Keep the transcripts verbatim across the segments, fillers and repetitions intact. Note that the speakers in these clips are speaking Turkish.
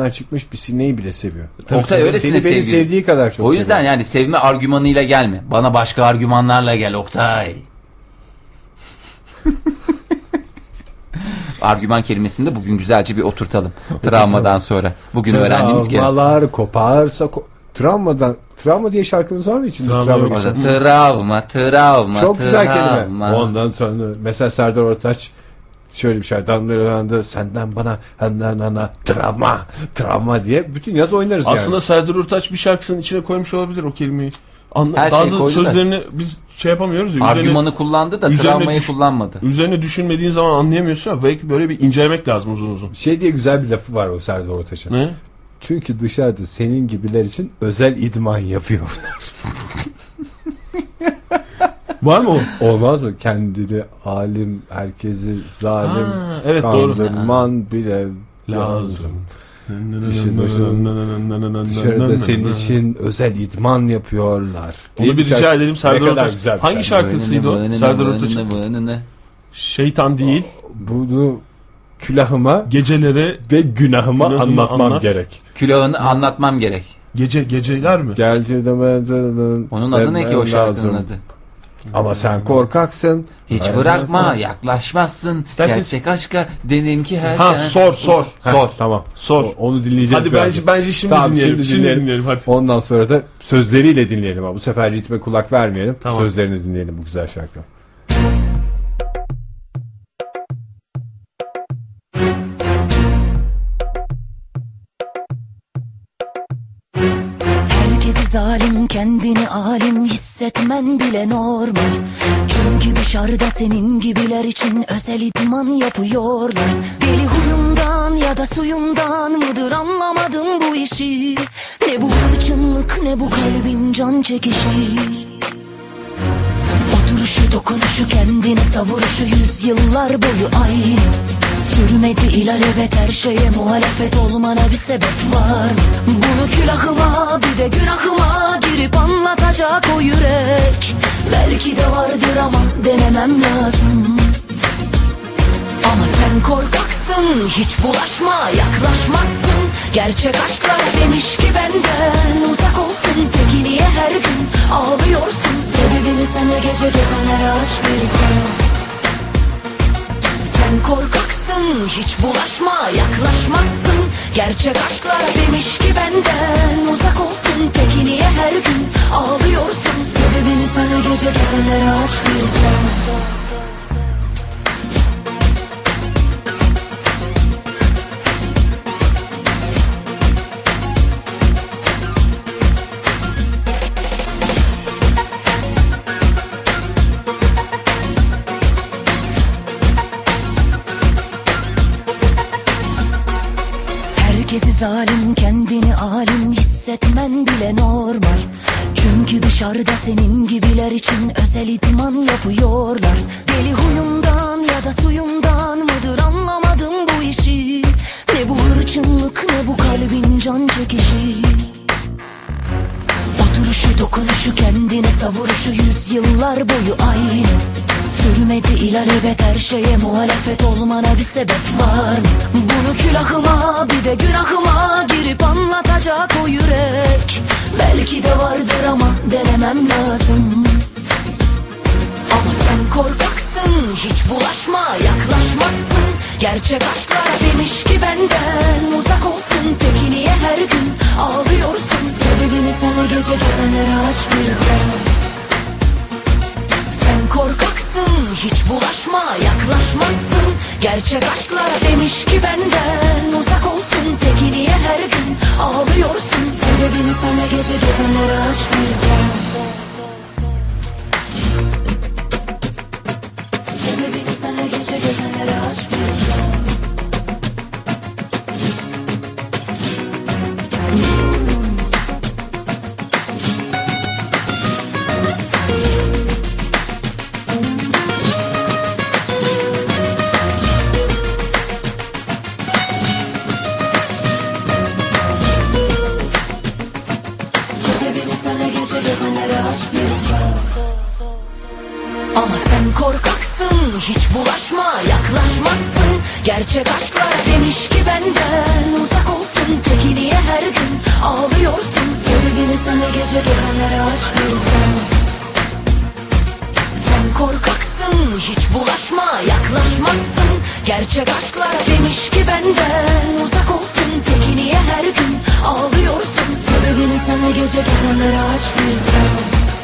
yumurtasından çıkmış bir sineği bile seviyor. Oktay öylesine seni beni sevdiği kadar çok O yüzden seviyor. Yani sevme argümanıyla gelme. Bana başka argümanlarla gel Oktay. Argüman kelimesini de bugün güzelce bir oturtalım. Travmadan sonra. Bugün öğrendiğimiz kelime. Travmalar koparsa ko- travmadan travma diye şarkımız var mı içinde? Travma, Travma, travma, travma, travma. çok travma. güzel kelime. Ondan sonra mesela Serdar Ortaç şöyle bir şey dandı senden bana henden ana travma travma diye bütün yaz oynarız Aslında yani. Aslında Serdar Ortaç bir şarkısının içine koymuş olabilir o kelimeyi. Anla, Her bazı şey sözlerini da. Biz şey yapamıyoruz ya. Argümanı üzerine, kullandı da üzerine travmayı düş, kullanmadı. Üzerine düşünmediğin zaman anlayamıyorsun ama belki böyle bir incelemek lazım uzun uzun. Şey diye güzel bir lafı var o Serdar Ortaç'ın. Ne? Çünkü dışarıda senin gibiler için özel idman yapıyorlar. Var mı o? Olmaz mı? Kendini alim, herkesi zalim, ha, evet, kandırman doğru. bile lazım. lazım. Dışarıda senin için özel idman yapıyorlar. Onu bir rica edelim Serdar Ortaç. Hangi şarkısıydı o? Serdar Ortaç'ın. Şeytan değil. Bunu külahıma gecelere ve günahıma, günahıma anlatmam anlat. gerek. Külahını anlatmam gerek. Gece geceler mi? Geldi de onun adı ne ki o şarkının adı? Ama sen korkaksın. Hiç bırakma, yaklaşmazsın. İstersen... Gerçek aşka dedim ki her Ha, sor sor. Heh, sor. Tamam. Sor. O, onu dinleyeceğiz. Hadi bence, bence şimdi tamam, dinleyelim. Şimdi şimdi dinleyelim. dinleyelim hadi. Ondan sonra da sözleriyle dinleyelim. Bu sefer ritme kulak vermeyelim. Tamam. Sözlerini dinleyelim bu güzel şarkı. Zalim kendini alim hissetmen bile normal. Çünkü dışarıda senin gibiler için özel idman yapıyorlar. Deli huyundan ya da suyundan mıdır anlamadım bu işi. Ne bu hırçınlık ne bu kalbin can çekişi. Oturuşu dokunuşu kendini savuruşu yüzyıllar boyu aynı. Sürmedi ilelebet her şeye muhalefet olmana bir sebep var. Bunu külahıma bir de günahıma girip anlatacak o yürek. Belki de vardır ama denemem lazım. Ama sen korkaksın, hiç bulaşma, yaklaşmazsın. Gerçek aşklar demiş ki benden uzak olsun. Peki niye her gün ağlıyorsun? Sebebini sana gece gezenlere aç bilsen. Sen korkaksın, hiç bulaşma, yaklaşmazsın. Gerçek aşklar demiş ki benden uzak olsun. Peki niye her gün ağlıyorsun? Sebebini sana gece gezenlere aç bilsen. Herkesi zalim kendini alim hissetmen bile normal. Çünkü dışarıda senin gibiler için özel idman yapıyorlar. Deli huyundan ya da suyundan mıdır anlamadım bu işi. Ne bu hırçınlık ne bu kalbin can çekişi. Oturuşu dokunuşu kendini savuruşu yüzyıllar boyu aynı. Sürmedi ilelebet her şeye muhalefet olmana bir sebep var. Bunu külahıma bir de günahıma girip anlatacak o yürek. Belki de vardır ama denemem lazım. Ama sen korkaksın, hiç bulaşma, yaklaşmazsın. Gerçek aşklar demiş ki benden uzak olsun. Peki niye her gün ağlıyorsun? Sebebini sana gece gezenlere aç bilsen. Sen korkaksın, hiç bulaşma, yaklaşmazsın. Gerçek aşklar demiş ki benden uzak olsun. Peki niye her gün ağlıyorsun? Sebebini sana gece gezenlere aç bilsen. Sebebini sana gece gezenlere aç bilsen. Ama sen korkaksın, hiç bulaşma, yaklaşmazsın. Gerçek aşklar demiş ki benden uzak olsun. olsun, peki niye her gün ağlıyorsun? Sevgili sana gece gezenlere aç bir sen. Sen korkaksın, hiç bulaşma, yaklaşmazsın. Gerçek aşklar demiş ki benden uzak olsun, peki niye her gün ağlıyorsun? Sevgili sana gece gezenlere aç bir sen.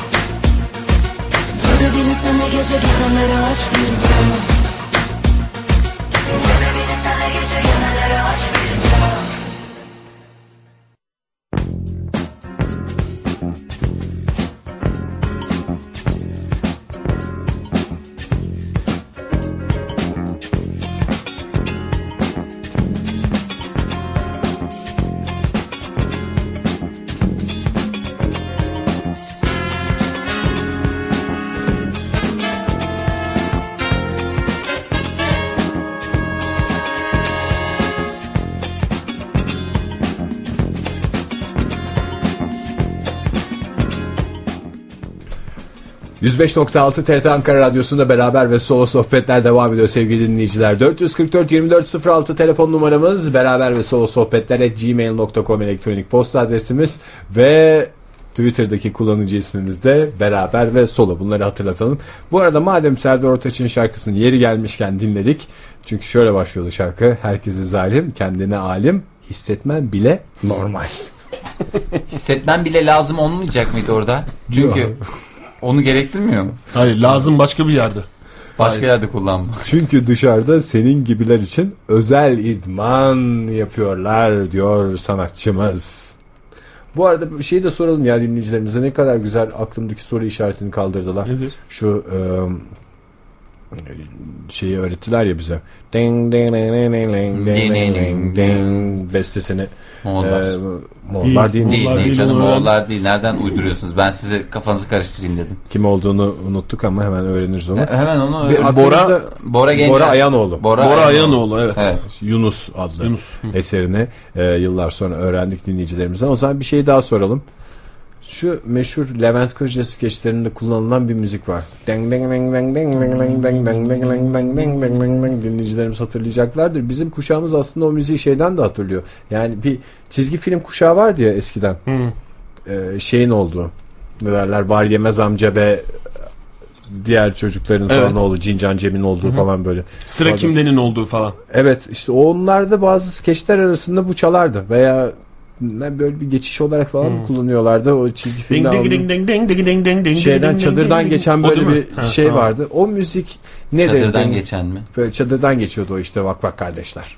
Sevgili sana gece gezenlere aç bir sen. Sevgili sana gece gezenlere aç bir sen. yüz beş nokta altı T R T Ankara Radyosu'nda beraber ve solo sohbetler devam ediyor sevgili dinleyiciler. dört yüz kırk dört yirmi dört sıfır altı telefon numaramız, beraber ve solo sohbetler at gmail nokta com elektronik posta adresimiz ve Twitter'daki kullanıcı ismimiz de beraber ve solo. Bunları hatırlatalım. Bu arada madem Serdar Ortaç'ın şarkısını yeri gelmişken dinledik. Çünkü şöyle başlıyordu şarkı: herkesi zalim, kendine alim, hissetmen bile normal. Hissetmen bile lazım olmayacak mıydı orada? Çünkü onu gerektirmiyor mu? Hayır, lazım başka bir yerde. Başka Hayır. yerde kullanma. Çünkü dışarıda senin gibiler için özel idman yapıyorlar diyor sanatçımız. Bu arada bir şeyi de soralım ya dinleyicilerimize, ne kadar güzel aklımdaki soru işaretini kaldırdılar. Nedir? Şu e, şeyi öğrettiler ya bize. Ding ding ding ding ding ding ding ding ding bestesini. Moğollar. E, Moğollar değil, değil, değil, değil canım, Moğollar değil. Nereden uyduruyorsunuz? Ben size kafanızı karıştırayım dedim. Kim olduğunu unuttuk ama hemen öğreniriz onu. E, hemen onu. Bir Bora Bora Gencer. Bora Ayanoğlu. Bora, Bora Ayanoğlu, evet. evet. Yunus adlı Yunus. eserini e, yıllar sonra öğrendik dinleyicilerimizden. O zaman bir şey daha soralım. Şu meşhur Levent Kırca skeçlerinde kullanılan bir müzik var. Deng deng deng deng deng deng deng deng deng deng deng deng deng deng deng deng. Dinleyicilerimiz hatırlayacaklardır. Bizim kuşağımız aslında o müziği şeyden de hatırlıyor. Yani bir çizgi film kuşağı vardı ya eskiden. Ee, şeyin olduğu. Ne derler? Var Yemez amca ve diğer çocukların evet. falan olduğu, Cincan Cem'in olduğu Hı-hı. falan böyle. Sıra Orada. Kimdenin olduğu falan. Evet, işte onlarda bazı skeçler arasında bu çalardı veya böyle bir geçiş olarak falan hmm. kullanıyorlardı o çizgi filmde. Şeyden çadırdan geçen böyle bir ha, şey tamam. vardı. O müzik nedir? Çadırdan ding, geçen mi? Böyle çadırdan geçiyordu o işte Vak Vak Kardeşler.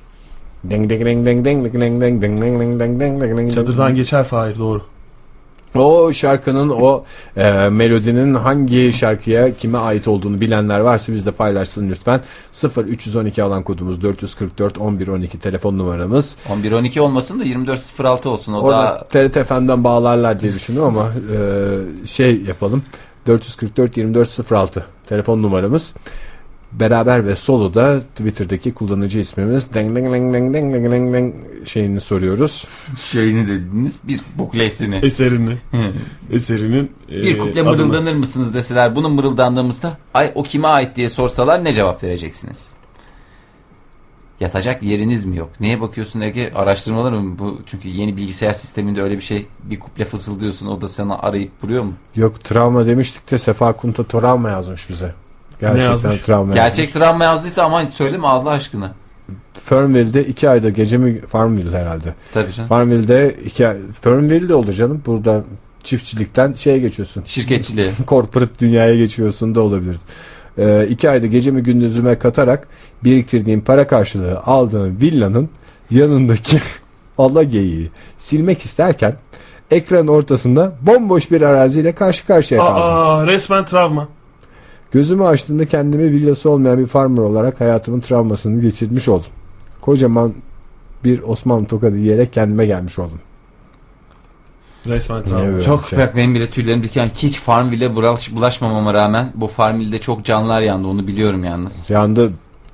Çadırdan geçer Fahir, doğru. O şarkının, o e, melodinin hangi şarkıya kime ait olduğunu bilenler varsa bizle paylaşsın lütfen. sıfır üç on iki alan kodumuz, dört yüz kırk dört on bir on iki telefon numaramız. on bir on iki olmasın da yirmi dört sıfır altı olsun. O Orada da T R T F M'den bağlarlar diye düşünüyorum ama e, şey yapalım. dört yüz kırk dört yirmi dört sıfır altı telefon numaramız. Beraber ve soloda Twitter'daki kullanıcı ismimiz. Deng deng deng deng deng deng deng deng şeyini soruyoruz. Şeyini dediniz, bir buklesini. Eserini. Eserinin bir kuple mırıldanır adını. Mısınız deseler, bunun mırıldandığımızda ay o kime ait diye sorsalar ne cevap vereceksiniz? Yatacak yeriniz mi yok? Neye bakıyorsun Ege? Araştırmalar mı bu? Çünkü yeni bilgisayar sisteminde öyle bir şey, bir kuple fısıldıyorsun, o da sana arayıp buluyor mu? Yok, travma demiştik de Sefa Kunta travma yazmış bize. Gerçekten travma Gerçek yazmış. travma yazdıysa aman söyleme Allah aşkına. Farmville'de iki ayda gece mi? Farmville herhalde. Tabii canım. Farmville'de iki ay... Farmville'de olur canım. Burada çiftçilikten şeye geçiyorsun. Şirketçiliğe. Corporate dünyaya geçiyorsun da olabilir. Ee, iki ayda gecemi gündüzüme katarak biriktirdiğim para karşılığı aldığım villanın yanındaki alageyi silmek isterken ekranın ortasında bomboş bir araziyle karşı karşıya kaldım. Aa, resmen travma. Gözümü açtığımda kendimi villası olmayan bir farmer olarak hayatımın travmasını geçirmiş oldum. Kocaman bir Osmanlı tokadı yiyerek kendime gelmiş oldum. Resmen travma. Çok şey. Bak benim bile tüylerim diken, hiç Farmville'e bulaşmamama rağmen bu Farmville'de çok canlar yandı, onu biliyorum yalnız. Yandı.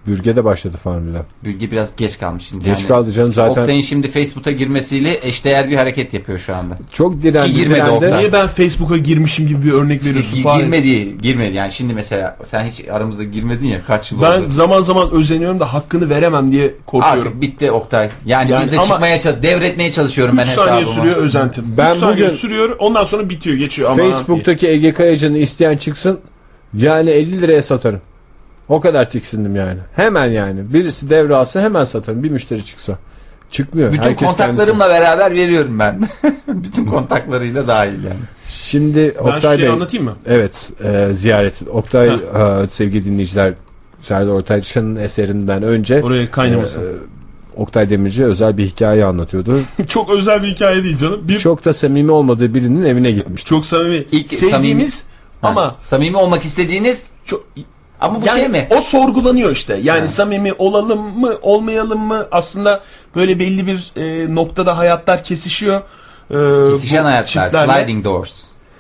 Bürge de başladı Formula. Bürge biraz geç kalmış şimdi. Geç yani. kaldı canım zaten. Oktay'ın şimdi Facebook'a girmesiyle eşdeğer bir hareket yapıyor şu anda. Çok direndi. Ki girmedi direndi. Niye ben Facebook'a girmişim gibi bir örnek veriyorsun? G- girmedi, girmedi. Yani şimdi mesela sen hiç aramızda girmedin ya, kaç yıl Ben oldu. zaman zaman özeniyorum da hakkını veremem diye korkuyorum. Artık bitti Oktay. Yani, Yani biz de ama çıkmaya çalış, devretmeye çalışıyorum ben üç hesabımı. saniye sürüyor özentim. Ben üç saniye bugün sürüyor, ondan sonra bitiyor, geçiyor. Ama Facebook'taki Ege Kayacan'ı isteyen çıksın. Yani elli liraya satarım. O kadar tiksindim yani. Hemen yani. Birisi devralsa hemen satarım. Bir müşteri çıksa. Çıkmıyor. Bütün Herkes kontaklarımla kendisi. beraber veriyorum ben. Bütün kontaklarıyla dahil yani. Şimdi Ben Oktay şu şeyi Bey. anlatayım mı? Evet. E, ziyaret. Oktay e, sevgili dinleyiciler, Serdar Ortaç'ın eserinden önce Oraya kaynamasın. E, Oktay Demirci özel bir hikaye anlatıyordu. Çok özel bir hikaye değil canım. Bir Çok da samimi olmadığı birinin evine gitmişti. çok samimi. İlk sevdiğimiz samimi- ama ha, samimi olmak istediğiniz çok ama bu yani şey mi? o sorgulanıyor işte. Yani Ha. samimi olalım mı, olmayalım mı? Aslında böyle belli bir e, noktada hayatlar kesişiyor. E, Kesişen bu hayatlar, çiftlerle. sliding doors.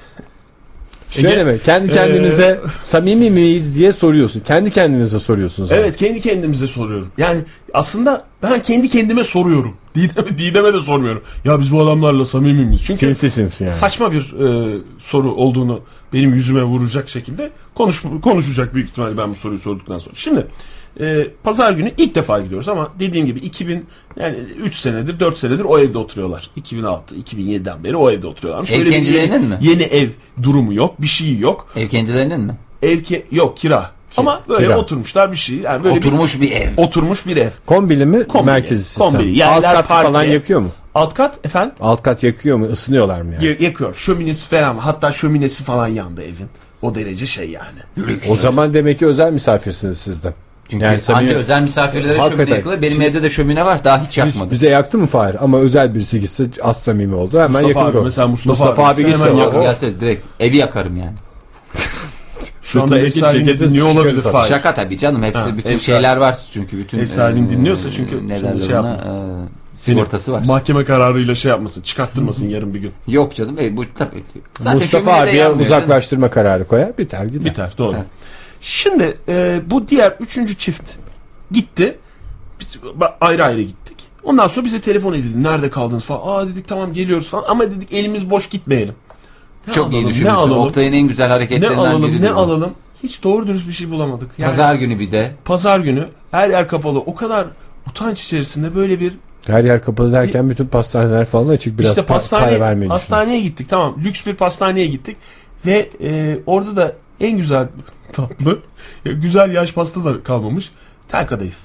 Şöyle mi? Kendi kendinize samimi miyiz diye soruyorsun. Kendi kendinize soruyorsunuz. abi. Evet, kendi kendimize soruyorum. Yani aslında ben kendi kendime soruyorum. Didem'e, Didem'e de sormuyorum. Ya biz bu adamlarla samimi miyiz? Çünkü Sinsi sinsi yani. saçma bir e, soru olduğunu benim yüzüme vuracak şekilde konuş, konuşacak büyük ihtimalle ben bu soruyu sorduktan sonra. Şimdi e, pazar günü ilk defa gidiyoruz ama dediğim gibi iki bin yani üç senedir dört senedir o evde oturuyorlar. iki bin altı iki bin yediden beri o evde oturuyorlarmış. Ev Öyle bir kendilerinin yeni, mi? Yeni ev durumu yok, bir şey yok. Ev kendilerinin mi? Ev ki yok, kira. Ama böyle Kira. oturmuşlar bir şey. Yani böyle Oturmuş bir ev. bir, oturmuş bir ev. Kombili mi? Kombili. Merkezi sistem. Kombili. Alt Yerler kat parke. falan yakıyor mu? Alt kat efendim Alt kat yakıyor mu? Isınıyorlar mı yani? y- yakıyor. Şöminesi falan, hatta şöminesi falan yandı evin. O derece şey yani. O zaman demek ki özel misafirsiniz siz de. Çünkü Yani anca samimi- özel misafirlere Hakikaten. şömine yakılıyor. Benim evde de şömine var. Daha hiç Biz, yakmadım. bize yaktı mı Fahir? Ama özel birisi gitse az samimi oldu. Hemen Mustafa yakılır abi, o. mesela Mustafa Mustafa abi, abi sen gitse hemen o- yak- o- Gelse direkt evi yakarım yani. Şu anda ev Sırtındaki sahibi ceketi dinliyor çıkarır olabilir. zaten. Fahir. Şaka tabii canım. Hepsi Ha, bütün ev şeyler var çünkü bütün Ev sahibini e, dinliyorsa çünkü ne şimdi derler şey ona, yapma. e, sigortası var. Mahkeme kararıyla şey yapmasın, çıkarttırmasın yarın bir gün. Yok canım. E, bu tabii. Zaten Mustafa şömine de abiye yanmıyor canım. uzaklaştırma kararı koyar. Biter gider. Biter, doğru. Evet. Şimdi e, bu diğer üçüncü çift gitti. Biz ba- ayrı ayrı gittik. Ondan sonra bize telefon edildi. Nerede kaldınız falan. Aa dedik tamam geliyoruz falan. Ama dedik elimiz boş gitmeyelim. Ne Çok alalım, iyi ne düşünmüşsün. alalım? Oktay'ın en güzel Ne hareketlerinden alalım, biri. ne alalım? Hiç doğru dürüst bir şey bulamadık. Yani Pazar günü bir de. pazar günü her yer kapalı. O kadar utanç içerisinde böyle bir Her yer kapalı derken bütün pastaneler falan açık. Biraz işte pa- para pastane, vermeyi pastaneye gittik. Tamam, lüks bir pastaneye gittik ve e, orada da en güzel tatlı, ya güzel yaş pasta da kalmamış. Tel kadayıf.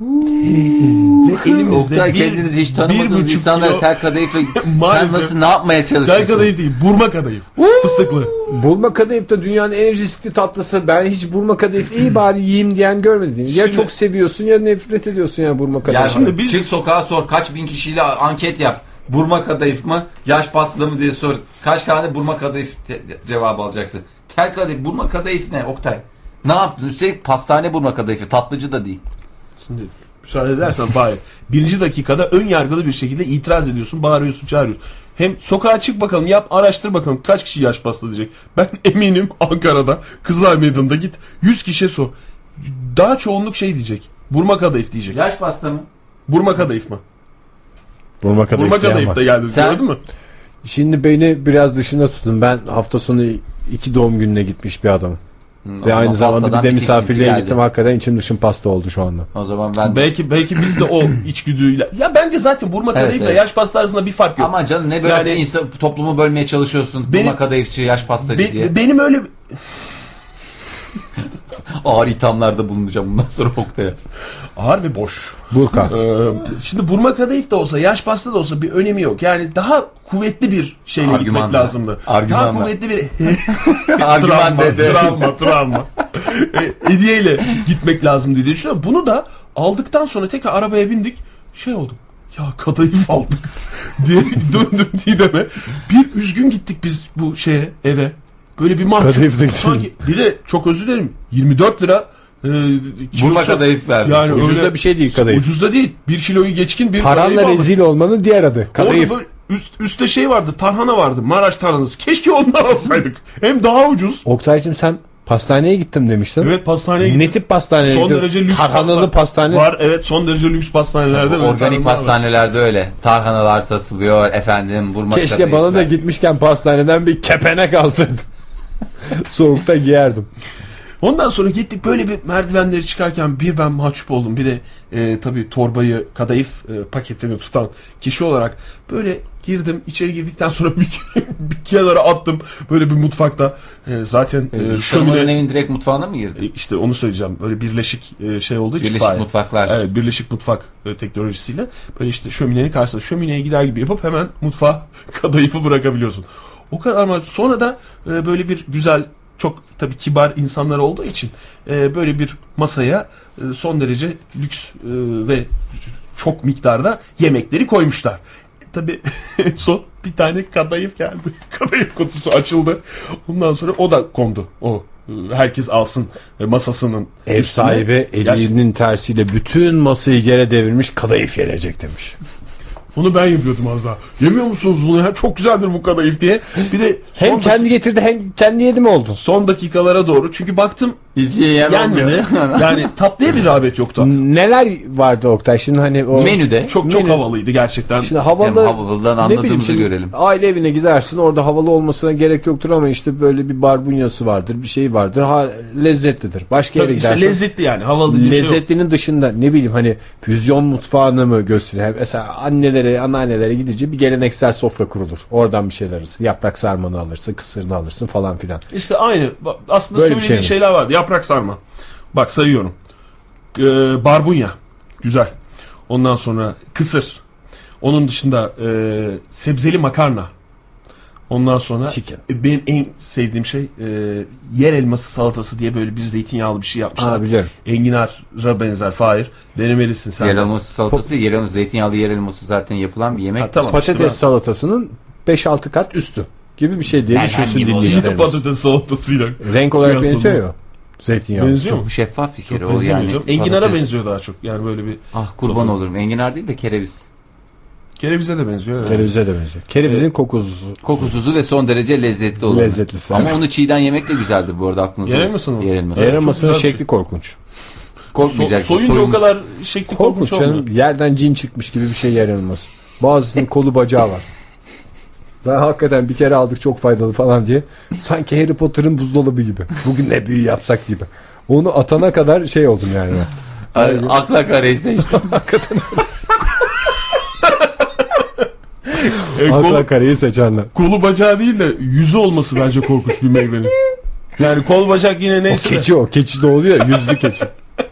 Ve elimizde Oktay bir, kendiniz hiç bir tanımadığınız buçuk insanlara kilo tel kadayıfla sen Maalesef. nasıl ne yapmaya tel çalışıyorsun? kadayıf değil, burma kadayıf. Fıstıklı. Burma kadayıf da dünyanın en riskli tatlısı. Ben hiç burma kadayıf iyi bari yiyeyim diyen görmedim. Ya Şimdi- çok seviyorsun ya nefret ediyorsun ya burma Ya kadayıf. şimdi biz- çık sokağa sor, kaç bin kişiyle anket yap. Burma kadayıf mı, yaş pasta mı diye sor. Kaç tane burma kadayıf te- cevabı alacaksın. Tel kadayıf, burma kadayıf ne Oktay? Ne yaptın? Üstelik pastane burma kadayıfı, tatlıcı da değil. Şimdi müsaade edersen Fahir. Birinci dakikada ön yargılı bir şekilde itiraz ediyorsun, bağırıyorsun, çağırıyorsun. Hem sokağa çık bakalım, yap, araştır bakalım kaç kişi yaş pasta diyecek. Ben eminim Ankara'da, Kızılay Meydanı'nda git yüz kişiye sor. Daha çoğunluk şey diyecek. Burma kadayıf diyecek. Yaş pasta mı? Burma kadayıf mı? Burma kadayıf, Burma diyen kadayıf var. da geldi. Sen- Gördün mü? Şimdi beni biraz dışında tutun. Ben hafta sonu iki doğum gününe gitmiş bir adamım. Hmm, o Ve zaman aynı zamanda pastadan bir de bir kesinti misafirliğe geldi. gittim. Hakikaten içim dışım pasta oldu şu anda. O zaman ben... Belki belki biz de o içgüdüyle. Ya bence zaten burma Evet, kadayıfla evet. yaş pasta arasında bir fark yok. Ama canım ne böyle Yani- insan, toplumu bölmeye çalışıyorsun. Benim- Burma kadayıfçı, yaş pastacı Be- diye. benim öyle Ağır ithamlarda bulunacağım bundan sonra Oktay'a. ağır ve boş. Burka. Ee, şimdi burma kadayıf da olsa, yaş pasta da olsa bir önemi yok. Yani daha kuvvetli bir şeyle Argümanla. gitmek lazımdı. Argümanla. Daha kuvvetli bir Argüman travma, dedi. travma, travma. E, hediyeyle gitmek lazım diye düşünüyorum. Bunu da aldıktan sonra tekrar arabaya bindik. Şey oldum. Ya kadayıf aldık diye döndüm Didem'e. Bir üzgün gittik biz bu şeye, eve. Böyle bir mahcup. Kadayıf da gitti. Sanki bir de çok özür dilerim. yirmi dört lira e, kilosu. Burma kadayıf verdi. Yani Ucuz öyle- da bir şey değil kadayıf. Ucuz da değil. Bir kiloyu geçkin bir Paranla kadayıf aldık. rezil olmanın diğer adı. Kadayıf. Orada böyle üst, üstte şey vardı, tarhana vardı, Maraş tarhanası. Keşke ondan alsaydık. Hem daha ucuz. Oktay'cığım sen Pastaneye gittim demiştin. Evet, pastaneye gittim. Ne tip pastaneye Son gittin? derece lüks Tarhanalı pasta- pastane. Var, evet, son derece lüks pastanelerde. Organik tarhanalar var. pastanelerde öyle. Tarhanalar satılıyor efendim. Burma Keşke kadayıflar. bana da gitmişken pastaneden bir kepenek alsaydın. Soğukta giyerdim. Ondan sonra gittik, böyle bir merdivenleri çıkarken bir ben mahcup oldum. Bir de e, tabii torbayı, kadayıf e, paketini tutan kişi olarak böyle girdim. İçeri girdikten sonra bir, bir kenara attım. Böyle bir mutfakta e, zaten e, Ee, şömine... evin direkt mutfağına mı girdin? E, İşte onu söyleyeceğim. Böyle birleşik e, şey olduğu için. Birleşik Fahir. mutfaklar. Evet, birleşik mutfak e, teknolojisiyle. Böyle işte şöminenin karşısında şömineye gider gibi yapıp hemen mutfağa kadayıfı bırakabiliyorsun. O kadar ama sonra da e, böyle bir güzel, çok tabii kibar insanlar olduğu için e, böyle bir masaya e, son derece lüks e, ve çok miktarda yemekleri koymuşlar. E, tabii son bir tane kadayıf geldi. Kadayıf kutusu açıldı. Ondan sonra o da kondu. O e, herkes alsın e, masasının Ev üstüne. sahibi Gerçekten. elinin tersiyle bütün masayı yere devirmiş, kadayıf gelecek demiş. Onu ben yapıyordum az daha. Yemiyor musunuz bunu ya? Çok güzeldir bu kadayıf diye. Bir de son, Hem kendi getirdi hem kendi yedi mi oldun? son dakikalara doğru. Çünkü baktım Hiç yiyen yenmedi. olmuyor. Yani tatlıya bir rağbet yoktu. Neler vardı Oktay? Şimdi hani o Menüde. Çok çok Menü- havalıydı gerçekten. Şimdi Hem havalı, havalıdan ne bileyim anladığımızı şimdi görelim. aile evine gidersin, orada havalı olmasına gerek yoktur ama işte böyle bir barbunyası vardır, bir şey vardır, ha, lezzetlidir. Başka yere Tabii işte gidersin. lezzetli yani. Havalı dediğim şey yok. Lezzetlinin dışında ne bileyim hani füzyon mutfağını mı gösterir? Mesela annelere, anneannelere gidince bir geleneksel sofra kurulur. Oradan bir şeyler alırsın. Yaprak sarmanı alırsın, kısırını alırsın falan filan. İşte aynı. Ba- Aslında Böyle bir söylediğin şey mi? şeyler vardı. Yaprak sarma. Bak sayıyorum. Ee, barbunya. Güzel. Ondan sonra kısır. Onun dışında e, sebzeli makarna. Ondan sonra Chicken. e, benim en sevdiğim şey e, yer elması salatası diye böyle bir zeytinyağlı bir şey yapmışlar. Aa, biliyorum. Enginar'a benzer. Fahir. Denemelisin sen. Yer de. elması salatası, yer elması, zeytinyağlı yer elması zaten yapılan bir yemek. Ha, tamam. Patates işte ben- salatasının beş altı kat üstü gibi bir şey diye Ben düşünsün hangi oluyor? dinleyicilerimiz. Patates salatasıyla. Renk olarak Kıyasladım. benziyor ya. Zeytinyağı. Benziyor mu? Çok şeffaf bir kere Çok o benzemiyor yani. canım. Enginara patates- benziyor daha çok. Yani böyle bir Ah kurban Sosu. olurum. Enginar değil de kereviz. kerevize de benziyor. Evet. Kerevize de benziyor. Kerevizin kokusu Kokusuzu ve son derece lezzetli olur. lezzetlisi. Ama onu çiğden yemek de güzeldir bu arada, aklınızda Yer olsun. elması mı? Yer elması. Evet. Yer elmasının çok güzel bir şekli şey. korkunç. So- Korkmayacaksın. soyunca Soyunmuş. o kadar şekli Korkunç korkunç olmuyor. canım. Yerden cin çıkmış gibi bir şey yer elması. Bazısının kolu bacağı var. Ben hakikaten bir kere aldık çok faydalı falan diye. Sanki Harry Potter'ın buzdolabı gibi. Bugün ne büyü yapsak gibi. Onu atana kadar şey oldum yani. Ay, akla kareyi seçtim. E, Akla kolu, kareyi seçenler. kolu bacağı değil de yüzü olması bence korkunç bir meyvenin. Yani kol bacak yine O neyse de. keçi o. Keçi de oluyor ya, yüzlü keçi.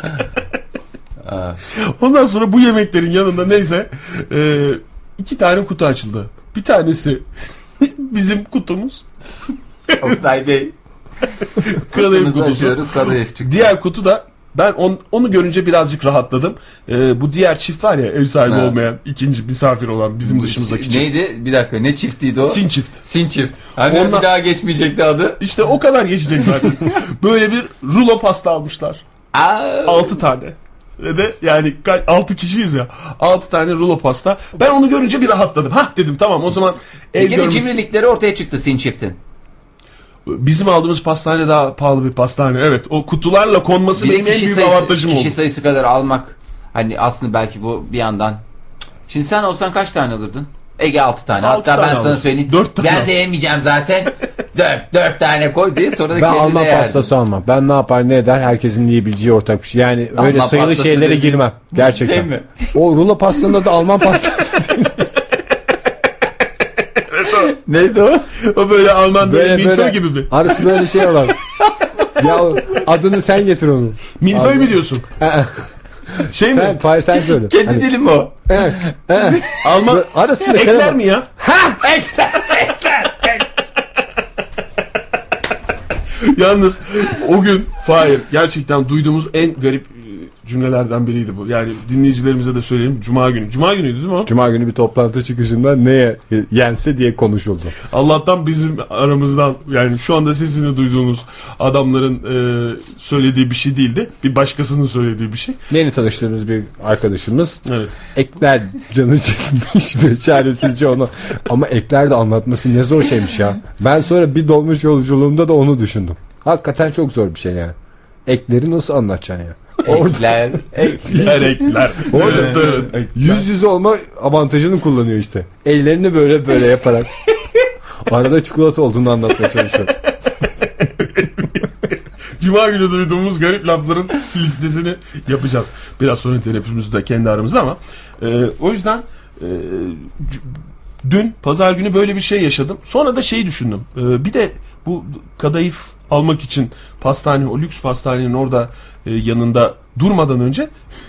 Ondan sonra bu yemeklerin yanında neyse e, iki tane kutu açıldı. Bir tanesi bizim kutumuz. Oktay Bey. Kadayıf Kutumuzu kutusu. açıyoruz, kadayıf çıktı. Diğer kutu da ben on, onu görünce birazcık rahatladım. E, bu diğer çift var ya, ev sahibi Ha. olmayan, ikinci misafir olan bizim dışımızdaki çift. Neydi? Bir dakika, ne çiftiydi o? Sin çift. Sin çift. Hani Ondan- bir daha geçmeyecekti adı. İşte o kadar geçecek zaten. Böyle bir rulo pasta almışlar. Aa, Altı tane. Ve de yani kaç, altı kişiyiz ya. Altı tane rulo pasta. Ben onu görünce bir rahatladım. Hah dedim, tamam o zaman ev Peki görmüş. cimrilikleri ortaya çıktı Sin çiftin. Bizim aldığımız pastane daha pahalı bir pastane. Evet, o kutularla konması Bir de benim en kişi büyük sayısı- avantajım Kişi oldu. sayısı kadar almak. Hani aslında belki bu bir yandan. Şimdi sen olsan kaç tane alırdın? Ege altı tane. Altı Hatta tane ben sana alırım. söyleyeyim. Dört tane Ben al. de yemeyeceğim zaten. dört, dört tane koy diye sonra da Ben kendine Alman yerdin. pastası almam. Ben ne yapar ne eder herkesin yiyebileceği ortak bir şey. Yani öyle Alman sayılı pastası şeylere dediğin- girmem. Gerçekten. Şey mi? O rulo pastanın adı Alman pastası. Neydi o? O böyle Alman böyle, Böyle milföy böyle gibi bir. arası böyle şey olan. Ya adını sen getir onu. Milföy mi diyorsun? Ee, Şey mi? sen, Fahir sen söyle. Kendi Hani, dilim o. ee, ee. Alman Böyle arasında ekler kelime- mi ya? Yalnız o gün Fahir gerçekten duyduğumuz en garip e, cümlelerden biriydi bu. Yani dinleyicilerimize de söyleyelim. Cuma günü. Cuma günüydü değil mi o? Cuma günü bir toplantı çıkışında neye yense diye konuşuldu. Allah'tan bizim aramızdan, yani şu anda sesini duyduğunuz adamların e, söylediği bir şey değildi. Bir başkasının söylediği bir şey. Yeni tanıştığımız bir arkadaşımız Evet. ekler canı çekmiş ve çaresizce onu. Ama ekler de anlatması ne zor şeymiş ya. Ben sonra bir dolmuş yolculuğumda da onu düşündüm. Hakikaten çok zor bir şey yani. Ekleri nasıl anlatacaksın ya? Ekler, Ekler ekler. Orada yüz yüze olma avantajını kullanıyor işte. Ellerini böyle böyle yaparak arada çikolata olduğunu anlatmaya çalışıyor. Cuma günü duyduğumuz garip lafların listesini yapacağız. Biraz sonra teneffüsümüzü de kendi aramızda ama e, o yüzden e, c- dün pazar günü böyle bir şey yaşadım. Sonra da şeyi düşündüm. E, bir de bu kadayıf almak için pastane, o lüks pastanenin orada e, yanında durmadan önce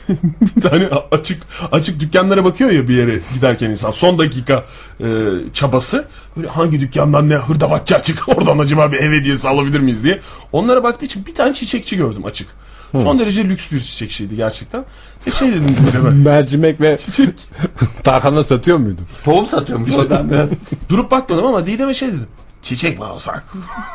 bir tane açık açık dükkanlara bakıyor ya bir yere giderken insan. Son dakika e, çabası. Böyle hangi dükkandan ne hırdavatçı açık oradan acaba bir ev hediyesi alabilir miyiz diye. Onlara baktığı için bir tane çiçekçi gördüm açık. Son derece lüks bir çiçekçiydi gerçekten. Ve şey dedim bir de ben. Mercimek ve tarhana satıyor muydun? tohum satıyormuş oradan biraz. Durup bakmadım ama Didem'e şey dedim. Çiçek mi alsak?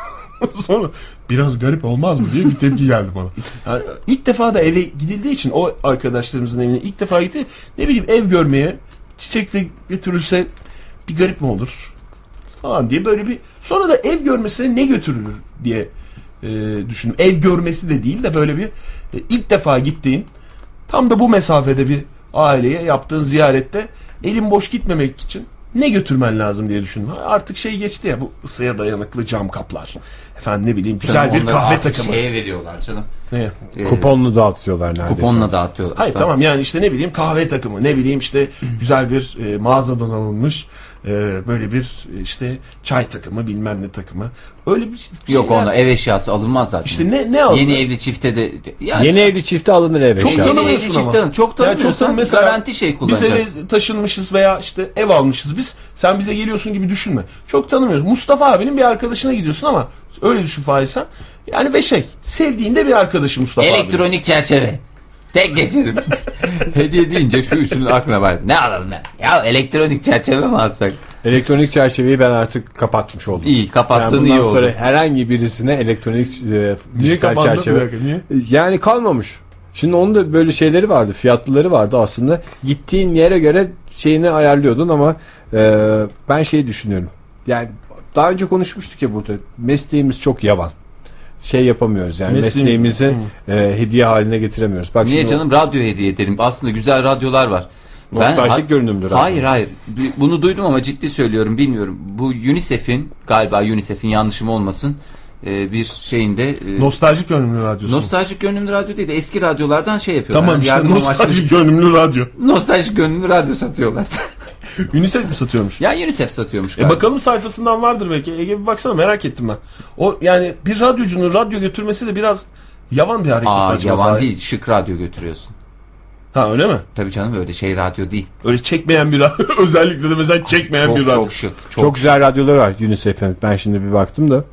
Sonra biraz garip olmaz mı diye bir tepki geldi bana. Yani ilk defa da eve gidildiği için o arkadaşlarımızın evine ilk defa gitti. Ne bileyim ev görmeye çiçekle götürülse bir garip mi olur falan diye böyle bir sonra da ev görmesine ne götürülür diye e, düşündüm. Ev görmesi de değil de böyle bir e, ilk defa gittiğin tam da bu mesafede bir aileye yaptığın ziyarette elin boş gitmemek için ne götürmen lazım diye düşündüm. Artık şey geçti ya bu ısıya dayanıklı cam kaplar. Efendim ne bileyim güzel Canım, bir onları kahve artık takımı. Şeye veriyorlar canım. Ne? Ee, Kuponlu dağıtıyorlar neredeyse. Kuponla dağıtıyorlar. Hayır tamam yani işte ne bileyim kahve takımı ne bileyim işte güzel bir e, mağazadan alınmış e, böyle bir e, işte çay takımı bilmem ne takımı. Öyle bir Yok şeyler- ona ev eşyası alınmaz zaten. İşte ne ne aldı? Yeni evli çifte de yani Yeni evli çifte alınır eve. Çok eşya. tanı- yeni evli tanımıyorsun ama. çifte alın. Çok Yani çok tanımıyorsan tanı- mesela garanti şey Biz kullanacağız. eve taşınmışız veya işte ev almışız biz. Sen bize geliyorsun gibi düşünme. Çok tanımıyoruz. Mustafa abinin bir arkadaşına gidiyorsun ama öyle düşün Fahri sen. Yani ve şey sevdiğinde bir arkadaşı Mustafa abi. Elektronik çerçeve. Tek geçerim. Hediye deyince şu üçünün aklına var. Ne alalım ya? Ya elektronik çerçeve mi alsak? Elektronik çerçeveyi ben artık kapatmış oldum. İyi kapattın Yani iyi bundan oldu. sonra herhangi birisine elektronik e, Niye dijital kapandı? Bir çerçeve. dakika, niye? Yani kalmamış. Şimdi onun da böyle şeyleri vardı, fiyatlıları vardı aslında. Gittiğin yere göre şeyini ayarlıyordun ama e, ben şeyi düşünüyorum. Yani daha önce konuşmuştuk ya burada. Mesleğimiz çok yavan. Şey yapamıyoruz yani Mesleğimiz- mesleğimizi e, hediye haline getiremiyoruz. Bak Niye şimdi canım radyo hediye edelim. Aslında güzel radyolar var. Nostaljik ha- görünümlü radyo. Hayır hayır. B- Bunu duydum ama ciddi söylüyorum bilmiyorum. Bu UNICEF'in galiba UNICEF'in yanlışım olmasın. e, bir şeyinde e, Nostaljik görünümlü radyosu. nostaljik görünümlü radyo değil de eski radyolardan şey yapıyorlar. Tamam Yani işte yardım amaçlı- nostaljik görünümlü radyo. nostaljik görünümlü radyo satıyorlar. UNICEF mi satıyormuş? Ya UNICEF satıyormuş E galiba. bakalım sayfasından vardır belki. Ege bir baksana merak ettim ben. O yani bir radyocunun radyo götürmesi de biraz yavan bir hareket. Aa acaba yavan Fahri. değil, şık radyo götürüyorsun. Ha öyle mi? Tabii canım öyle şey radyo değil. Öyle çekmeyen bir radyo. Özellikle de mesela çekmeyen Çok bir radyo. çok şık. Çok, Çok güzel radyolar var UNICEF'in. Ben şimdi bir baktım da.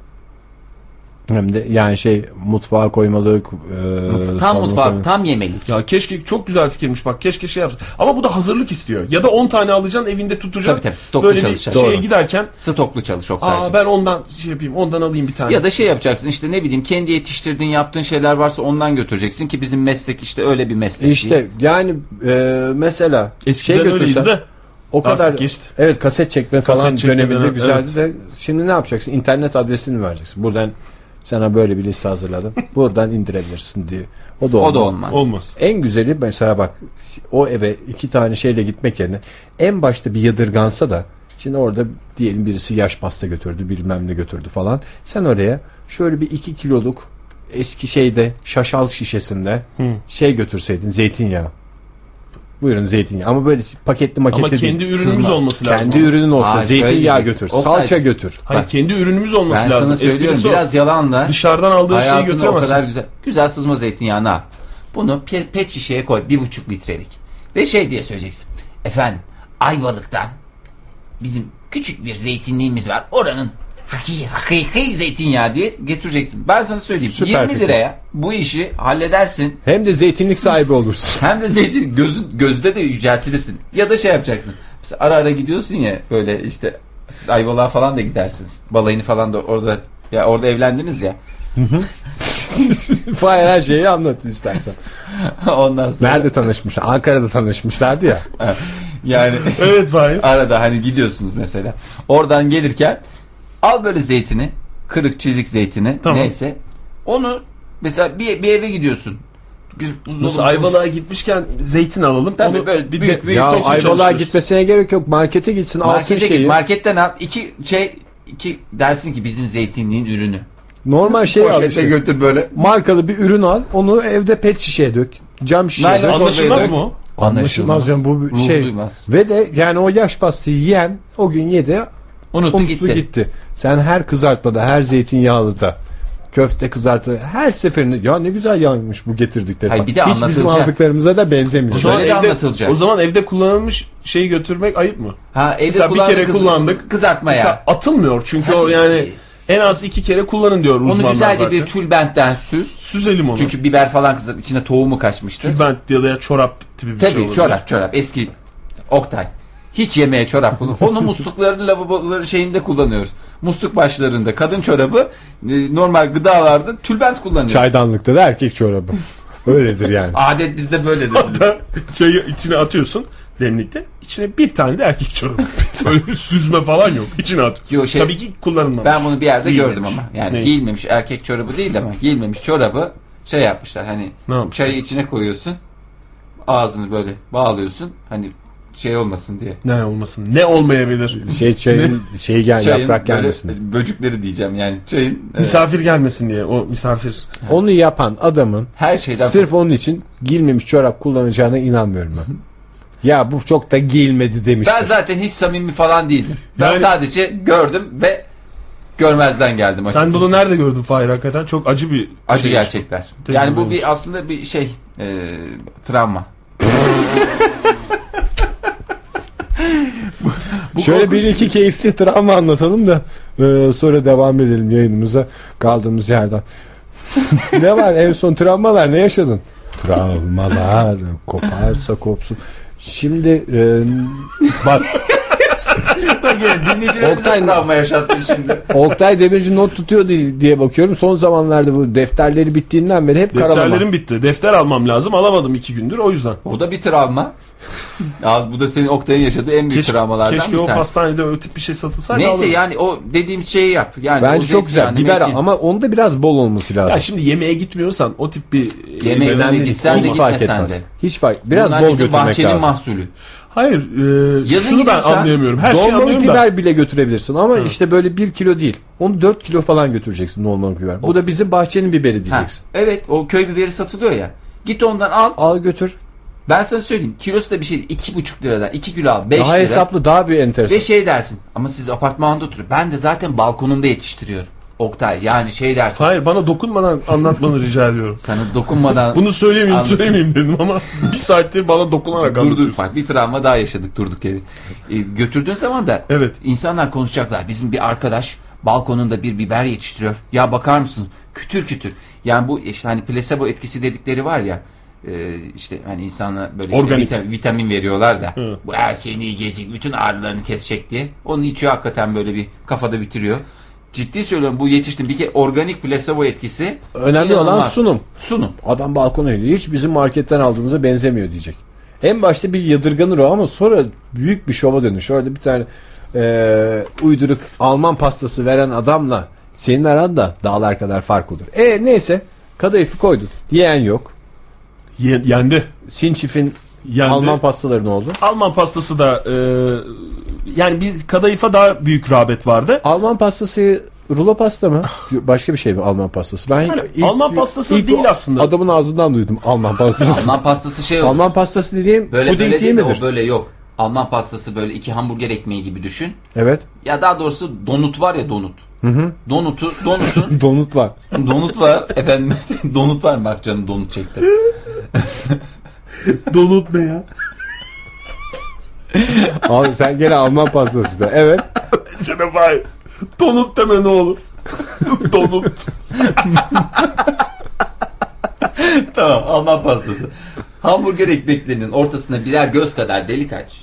Hem de yani şey mutfağa koymalık. E, tam salona mutfak, koymalık. tam yemelik. Ya keşke çok güzel fikirmiş bak keşke şey yapsın. Ama bu da hazırlık istiyor. Ya da on tane alacaksın evinde tutacaksın. Tabii tabii, stoklu Böyle bir çalışacaksın. şeye Doğru. giderken Stoklu çalış Oktay'cığım. aa ben ondan şey yapayım ondan alayım bir tane. Ya da şey yapacaksın işte ne bileyim kendi yetiştirdiğin yaptığın şeyler varsa ondan götüreceksin ki bizim meslek işte öyle bir meslek değil. İşte yani e, mesela eskiden şey öyleydi götürsen de. o kadar Artık geçti. evet kaset çekme Kaset falan çekme döneminde dönem, güzeldi evet. de şimdi ne yapacaksın? İnternet adresini vereceksin. Buradan sana böyle bir liste hazırladım. Buradan indirebilirsin diye. O da olmaz. O da olmaz. Olmaz. En güzeli mesela bak o eve iki tane şeyle gitmek yerine en başta bir yadırgansa da şimdi orada diyelim birisi yaş pasta götürdü bilmem ne götürdü falan. Sen oraya şöyle bir iki kiloluk eski şeyde şaşal şişesinde Hı. şey götürseydin zeytinyağı. Buyurun zeytinyağı ama böyle paketli maketli Ama değil. kendi ürünümüz Sızma. olması lazım. Kendi ürünün olsa Aa, zeytinyağı söyleyeceksin. götür, O salça kadar- götür. Hayır Bak, kendi ürünümüz olması Ben lazım. sana söylüyorum Esprisi o. biraz yalanla Dışarıdan aldığın şeyi hayatında o götüremezsin. kadar güzel. Güzel sızma zeytinyağını al. Bunu pe- pet şişeye koy. Bir buçuk litrelik. Ve şey diye söyleyeceksin. Efendim Ayvalık'tan bizim küçük bir zeytinliğimiz var. Oranın hakiki, hakiki zeytinyağı diye getireceksin. Ben sana söyleyeyim. Süper yirmi fikir. liraya bu işi halledersin. hem de zeytinlik sahibi olursun. Hem de zeytin gözün, gözde de yüceltilirsin. Ya da şey yapacaksın. Mesela ara ara gidiyorsun ya böyle işte siz Ayvalık'a falan da gidersiniz. Balayını falan da orada ya orada evlendiniz ya. Fahir her şeyi anlat istersen. Ondan sonra Nerede tanışmışlar? Ankara'da tanışmışlardı ya. yani Evet Fahir. arada hani gidiyorsunuz mesela. Oradan gelirken al böyle zeytini, kırık çizik zeytini Tamam. neyse Onu mesela bir, bir eve gidiyorsun. Bir Nasıl Ayvalık'a gitmişken zeytin alalım. Tabii onu böyle bir büyük de, büyük Ya stok Ayvalık'a gitmesine gerek yok. Markete gitsin alsın markete şeyi. git, marketten al. İki şey iki dersin ki bizim zeytinliğin ürünü. Normal şey al Poşete işte. götür böyle. Markalı bir ürün al. Onu evde pet şişeye dök. Cam şişeye Naylon dök. anlaşılmaz Anlaşılmaz mı o? Anlaşılmaz canım bu bir Ruh şey. duymaz. Ve de yani o yaş pastayı yiyen o gün yedi. Unuttu, Unuttu gitti. gitti. Sen her kızartmada, her zeytinyağlıda, köfte kızartı, her seferinde ya ne güzel yağmış bu getirdikleri. Hayır, bir de Hiç bizim anlatılacak. aldıklarımıza da benzemiyor. O zaman, Böyle de evde, anlatılacak. o zaman evde kullanılmış şeyi götürmek ayıp mı? Ha evde Mesela bir kullandığı kere kız- kullandık. Kızartma Mesela ya. atılmıyor çünkü Tabii o yani ki. en az iki kere kullanın diyor uzmanlar Onu güzelce zaten. bir tülbentten süz. Süzelim onu. Çünkü biber falan kızart. İçine tohumu kaçmıştır. tülbent ya da çorap tipi bir şey Tabii olur. çorap çorap eski Oktay. Hiç yemeğe çorap kullan. Onu muslukların lavaboları şeyinde kullanıyoruz. Musluk başlarında kadın çorabı, e, normal gıdalarda tülbent kullanıyoruz. Çaydanlıkta da erkek çorabı. Öyledir yani. Adet bizde böyledir. Hatta çayı içine atıyorsun demlikte. İçine bir tane de erkek çorabı. Böyle bir süzme falan yok. İçine at. Yo, şey- Tabii ki kullanılmamış. Ben bunu bir yerde Giyilmemiş. gördüm ama. Yani Ne? giyilmemiş erkek çorabı değil ama giyilmemiş çorabı şey yapmışlar. Hani Ne yapmışlar? çayı içine koyuyorsun. Ağzını böyle bağlıyorsun. Hani şey olmasın diye. Ne olmasın? Ne olmayabilir? Şey çayın şeyi gel Çayın yaprak böyle gelmesin. böcükleri diyeceğim yani. Çayın e, Misafir gelmesin diye. O misafir. Onu yapan adamın her şeyden sırf onun için giyilmemiş çorap kullanacağına inanmıyorum ben. Ya bu çok da giyilmedi demiştir. ben zaten hiç samimi falan değildim. Ben Yani- sadece gördüm ve görmezden geldim açıkçası. Sen bunu nerede gördün Fahir hakikaten? Çok acı bir Acı şey. gerçekler. Tecrübe Yani bu olmuş. bir aslında bir şey e, travma. bu Şöyle korkunç bir iki keyifli travma anlatalım da e, sonra devam edelim yayınımıza kaldığımız yerden. Ne var en son travmalar ne yaşadın? Travmalar koparsa kopsun. Şimdi e, bak dinleyicilerimize Oktay- travma yaşattın şimdi. Oktay Demirci not tutuyor diye diye bakıyorum. Son zamanlarda bu defterleri bittiğinden beri hep karalama. Defterlerim bitti. Defter almam lazım. Alamadım iki gündür o yüzden. O da bir travma. Ya bu da senin Oktay'ın yaşadığı en büyük Keşke, travmalardan keşke bir o tanesi. pastanede o tip bir şey satılsaydı. Neyse alırım. yani o dediğim şeyi yap. Yani o Bence çok güzel. zeytinyağını, Biber meytin- ama onda biraz bol olması lazım. Ya şimdi yemeğe gitmiyorsan o tip bir Yemeğe önemli yemeğe değil. gitsen de Hiç fark gitmesen etmez. de. Hiç fark. Biraz Bunlar bol bizim götürmek bahçenin lazım. mahsulü. Hayır, e, Yazın şunu ben gidiyorsan anlayamıyorum. Her şeyi Dolmalık anlıyorum da. biber bile götürebilirsin ama işte böyle bir kilo değil. Onu dört kilo falan götüreceksin dolmalık biber. Bu da bizim bahçenin biberi Ha, diyeceksin. evet o köy biberi satılıyor ya. Git ondan al. Al götür. Ben sana söyleyeyim. Kilosu da bir şey iki buçuk liradan. iki kilo al. beş Daha lira. hesaplı, daha bir enteresan. Ve şey dersin. Ama siz apartmanda oturuyor. Ben de zaten balkonumda yetiştiriyorum. Oktay yani şey dersin. Hayır, bana dokunmadan anlatmanı rica ediyorum. Sana dokunmadan. Bunu söyleyemeyeyim Anladım. söyleyemeyeyim dedim ama bir saattir bana dokunarak Durduk anlatıyorsun. bak bir travma daha yaşadık durduk yere. E, götürdüğün zaman da Evet. insanlar konuşacaklar. Bizim bir arkadaş balkonunda bir biber yetiştiriyor. Ya bakar mısınız? Kütür kütür. Yani bu işte hani plasebo etkisi dedikleri var ya. E, işte hani insana böyle işte Organik. vita- vitamin veriyorlar da. Hı. Bu her şeyini yiyecek, bütün ağrılarını kesecek diye. Onu içiyor hakikaten böyle bir kafada bitiriyor. Ciddi söylüyorum bu yetiştim. Bir kere organik plasebo etkisi. Önemli olan inanılmaz. sunum. Sunum. Adam balkona iniyor. Hiç bizim marketten aldığımıza benzemiyor diyecek. En başta bir yadırganır o ama sonra büyük bir şova dönüş. Orada bir tane e, uyduruk Alman pastası veren adamla senin aranda dağlar kadar fark olur. E neyse kadayıfı koydun. Yiyen yok. Ye- yendi. Sinçif'in Yendi. Alman pastaları ne oldu? Alman pastası da e, yani biz kadayıfa daha büyük rağbet vardı. Alman pastası rulo pasta mı? Başka bir şey mi Alman pastası? Ben Yani Alman pastası ilk değil aslında. Adamın ağzından duydum Alman pastası. Alman pastası şey olur. Alman pastası dediğim Böyle puding böyle değil değil de midir? o böyle yok. Alman pastası böyle iki hamburger ekmeği gibi düşün. Evet. Ya daha doğrusu donut var ya donut. Hı hı. Donutu, donutun Donut var. donut var. Efendim donut var mı? Bak canım donut çekti. Donut ne ya? Abi sen gene Alman pastası da. Evet. Canım hayır. Donut deme ne olur. Donut. Tamam Alman pastası. Hamburger ekmeklerinin ortasına birer göz kadar delik aç.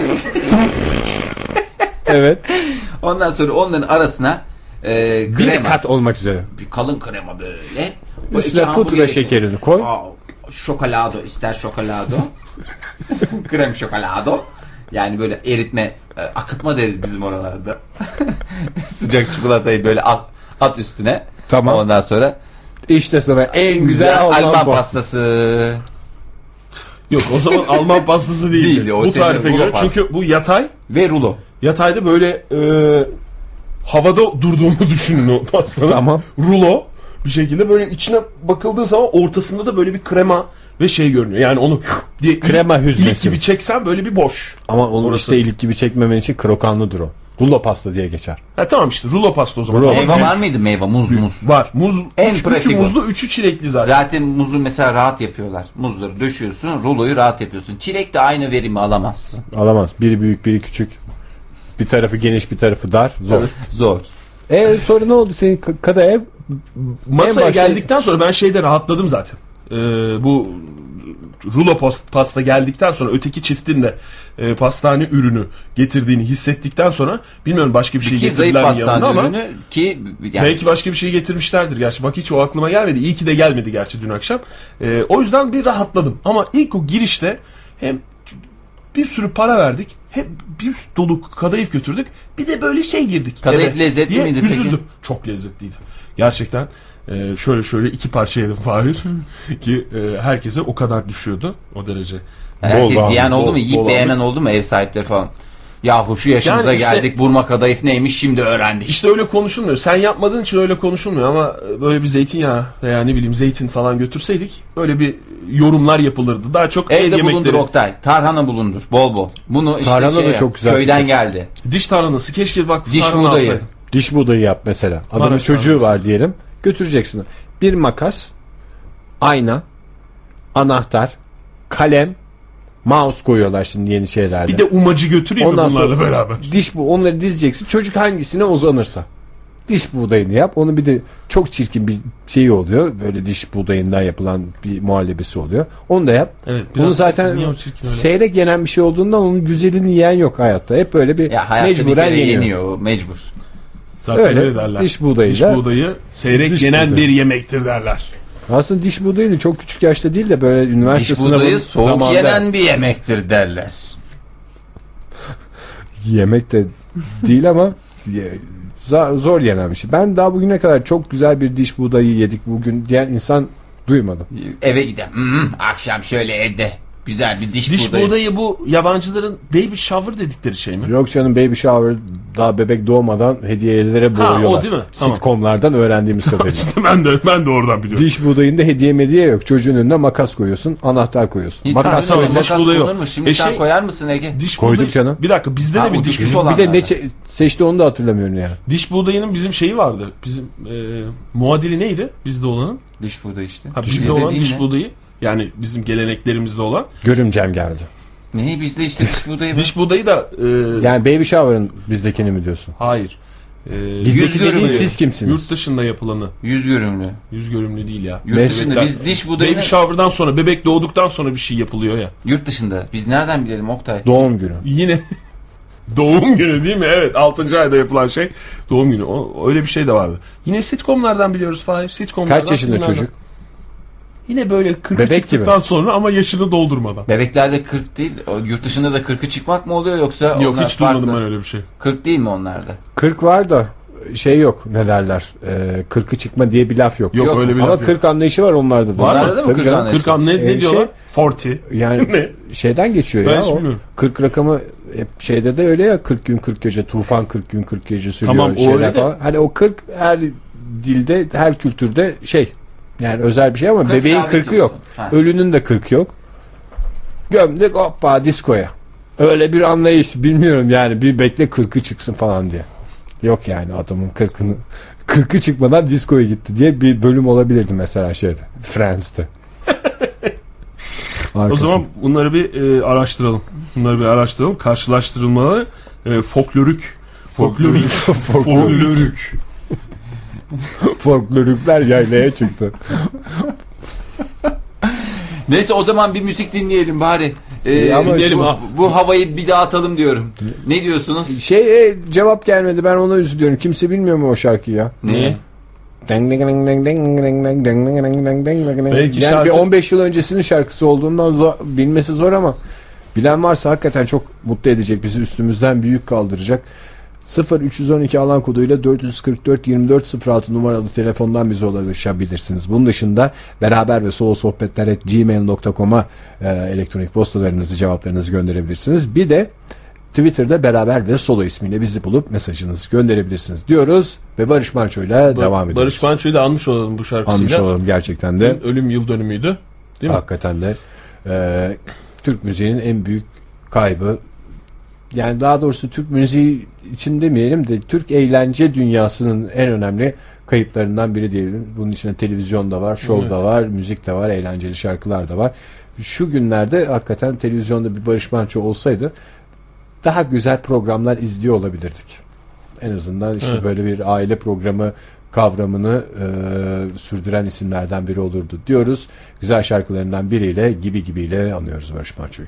Evet. Ondan sonra onların arasına e, Bir krema. kat olmak üzere. Bir kalın krema böyle. O Üstüne iki hamburger pudra ekmeği. şekerini koy. Aa, şokolado ister şokolado. Krem şokolado. Yani böyle eritme, e, akıtma deriz bizim oralarda. Sıcak çikolatayı böyle at, at üstüne. Tamam. Ondan sonra İşte sana en güzel, Güzel Alman, Alman pastası. pastası. Yok o zaman Alman pastası değildi. Değildi, o bu senin tarife rulo göre. pastası. Çünkü bu yatay. Ve rulo. Yatayda böyle e, havada durduğunu düşünün o pastanın. Tamam. Rulo bir şekilde böyle içine bakıldığı zaman ortasında da böyle bir krema ve şey görünüyor. Yani onu diye Krema ilik, hüzmesi. ilik gibi çeksen böyle bir boş. Ama onu Orası. işte ilik gibi çekmemen için krokanlıdır o. Rulo pasta diye geçer. Ha tamam işte rulo pasta o zaman. Rulo. Ama Meyve büyük- var mıydı meyve? Muz muz. Var. Muz. En üç, pratik üçü o. muzlu, üçü çilekli zaten. Zaten muzu mesela rahat yapıyorlar. Muzları döşüyorsun, ruloyu rahat yapıyorsun. Çilek de aynı verimi alamazsın. Alamaz. Biri büyük biri küçük. Bir tarafı geniş bir tarafı dar. Zor. Zor. E sonra ne oldu senin k- kada ev? Masaya En başta- geldikten sonra ben şeyde rahatladım zaten. Ee, bu rulo post, pasta geldikten sonra öteki çiftin de e, pastane ürünü getirdiğini hissettikten sonra bilmiyorum başka bir şey Ki zayıf getirdiler mi yanına pastane ama ürünü ki yani belki başka bir şey getirmişlerdir gerçi. Bak hiç o aklıma gelmedi. İyi ki de gelmedi gerçi dün akşam. Ee, o yüzden bir rahatladım. Ama ilk o girişte hem bir sürü para verdik. Hep bir dolu kadayıf götürdük. Bir de böyle şey girdik. Kadayıf eve lezzetli diye miydi peki? üzüldüm. Çok lezzetliydi. Gerçekten e, şöyle şöyle iki parça yedim Fahir. Ki e, herkese o kadar düşüyordu. O derece. herkes Bol yiyen almış, oldu mu? bol- Yiyip bol beğenen almış. oldu mu ev sahipleri falan? Yahu şu yaşımıza Yani işte- geldik, burma kadayıf neymiş şimdi öğrendik. İşte öyle konuşulmuyor. Sen yapmadığın için öyle konuşulmuyor ama böyle bir zeytinyağı veya ne bileyim zeytin falan götürseydik böyle bir yorumlar yapılırdı. Daha çok ev Evde bulundur yemekleri. Oktay. Tarhana bulundur. Bol bol. Bunu işte Tarhana şey da yap, çok güzel köyden fikir. geldi. Diş tarhanası. Keşke bak Diş tarhana buğdayı. alsaydım. Diş buğdayı yap mesela. Adamın Maraş çocuğu tarhanası. var diyelim. Götüreceksin. Bir makas, ayna, anahtar, kalem, mouse koyuyorlar şimdi yeni şeylerde. Bir de umacı götüreyim mi Ondan bunlarla sonra beraber? diş bu onları dizeceksin. Çocuk hangisine uzanırsa. Diş buğdayını yap. Onu bir de çok çirkin bir şey oluyor. Böyle diş buğdayından yapılan bir muhallebisi oluyor. Onu da yap. Evet, biraz Bunu zaten niye o çirkin öyle? seyrek yenen bir şey olduğundan onun güzelini yiyen yok hayatta. Hep böyle bir Ya hayatta bir mecburen kere yeniyor. yeniyor. o, Mecbur. Zaten Öyle, öyle derler. diş buğdayı Diş da- buğdayı seyrek Diş yenen buğdayı. bir yemektir derler. Aslında diş buğdayını çok küçük yaşta değil de böyle üniversite Diş buğdayı sınavı soğuk zamanında yenen bir yemektir derler. yemek de değil ama zor, zor yenen bir şey. Ben daha bugüne kadar çok güzel bir diş buğdayı yedik bugün diyen insan duymadım. Eve gidelim. Hmm, akşam şöyle evde güzel bir diş, Diş buğdayı. buğdayı bu yabancıların baby shower dedikleri şey mi? Yok canım, baby shower daha bebek doğmadan hediyelere Ha, boğuyorlar. o değil mi? Tamam. Sitcomlardan öğrendiğimiz kadarıyla. İşte ben de ben de oradan biliyorum. Diş buğdayında hediye mediye yok. Çocuğun önüne makas koyuyorsun, anahtar koyuyorsun. Hiç Makas öyle koyunca- makas diş buğdayı konur yok. mu? Şimdi E sen şey- koyar mısın Ege? Diş Koyduk buğdayı- canım. Bir dakika bizde Ha, de bir ucuz diş bir Bir olanlar de ne zaten. çe- seçti onu da hatırlamıyorum yani. Diş buğdayının bizim şeyi vardı. Bizim e, muadili neydi bizde olanın? Diş buğdayı işte. Ha, Bizde bizde olan değil diş mi? buğdayı. Yani bizim geleneklerimizde olan. Görümcem geldi. Ne bizde işte diş buğdayı var. Diş buğdayı da e, Yani baby shower'ın bizdekini mi diyorsun? hayır. E, Yüz Bizdeki dediğin görümlü. siz kimsiniz? Yurt dışında yapılanı. Yüz görümlü. Yüz görümlü değil ya. Yurt Beş- dışında biz diş buğdayını Baby shower'dan sonra bebek doğduktan sonra bir şey yapılıyor ya. yurt dışında. Biz nereden bilelim Oktay? Doğum günü. Yine doğum günü değil mi? Evet, altıncı ayda yapılan şey doğum günü. O, öyle bir şey de vardı. Yine sitcomlardan biliyoruz Fahir. Sitcomlardan. Kaç yaşında filmlerden. çocuk? Yine böyle kırk Bebek çıktıktan sonra ama yaşını doldurmadan. Bebeklerde kırk değil. O yurt dışında da kırkı çıkmak mı oluyor yoksa Yok onlar hiç duymadım farklı? ben öyle bir şey. kırk değil mi onlarda? kırk var da şey yok, ne derler, e, kırkı çıkma diye bir laf yok. Yok, Yok, öyle bir Ama laf yok. kırk anlayışı var onlarda da. Var mı? Onlarda da mı Tabii kırk canım. anlayışı? kırk an ne, Ee, ne diyorlar? şey- kırk. Yani Ne? şeyden geçiyor Ben ya hiç o. bilmiyorum. kırk rakamı hep şeyde de öyle ya, kırk gün kırk gece, tufan kırk gün kırk gece sürüyor Tamam, o şeyler öyle de. falan. Hani o kırk her dilde, her kültürde şey, yani özel bir şey ama kırk bebeğin sabit kırkı diyorsun. yok. Ha. Ölünün de kırkı yok. Gömdük hoppa diskoya. Öyle bir anlayış bilmiyorum yani, bir bekle kırkı çıksın falan diye. Yok yani adamın kırkını kırkı çıkmadan diskoya gitti diye bir bölüm olabilirdi mesela şeyde, Friends'te. O zaman bunları bir e, araştıralım. Bunları bir araştıralım. Karşılaştırılmalı e, folklorik folklorik folklorik folklorikler yaylaya çıktı. Neyse o zaman bir müzik dinleyelim bari. Ee, E, ama dinleyelim. şu- bu, bu havayı bir daha atalım diyorum. Ne diyorsunuz? Şey e, cevap gelmedi, ben ona üzülüyorum. Kimse bilmiyor mu o şarkıyı ya? Ne? Belki Belki yani şarkı- bir on beş yıl öncesinin şarkısı olduğundan zor, bilmesi zor ama bilen varsa hakikaten çok mutlu edecek, bizi üstümüzden büyük kaldıracak. sıfır üç yüz on iki alan koduyla dört yüz kırk dört yirmi dört sıfır altı numaralı telefondan bize ulaşabilirsiniz. Bunun dışında beraber ve solo sohbetler at gmail nokta com'a e, elektronik postalarınızı, cevaplarınızı gönderebilirsiniz. Bir de Twitter'da beraber ve solo ismiyle bizi bulup mesajınızı gönderebilirsiniz diyoruz ve Barış Manço'yla ba- devam ediyoruz. Barış Manço'yu da anmış olalım bu şarkısıyla. Anmış olalım gerçekten de. Ölüm yıl dönümüydü. Değil mi? Hakikaten de e, Türk müziğinin en büyük kaybı. Yani daha doğrusu Türk müziği için demeyelim de Türk eğlence dünyasının en önemli kayıplarından biri diyelim. Bunun içinde televizyon da var, şov da evet. var, müzik de var, eğlenceli şarkılar da var. Şu günlerde hakikaten televizyonda bir Barış Manço olsaydı daha güzel programlar izliyor olabilirdik. En azından işte evet. böyle bir aile programı kavramını e, sürdüren isimlerden biri olurdu diyoruz. Güzel şarkılarından biriyle Gibi Gibi'yle anıyoruz Barış Manço'yu.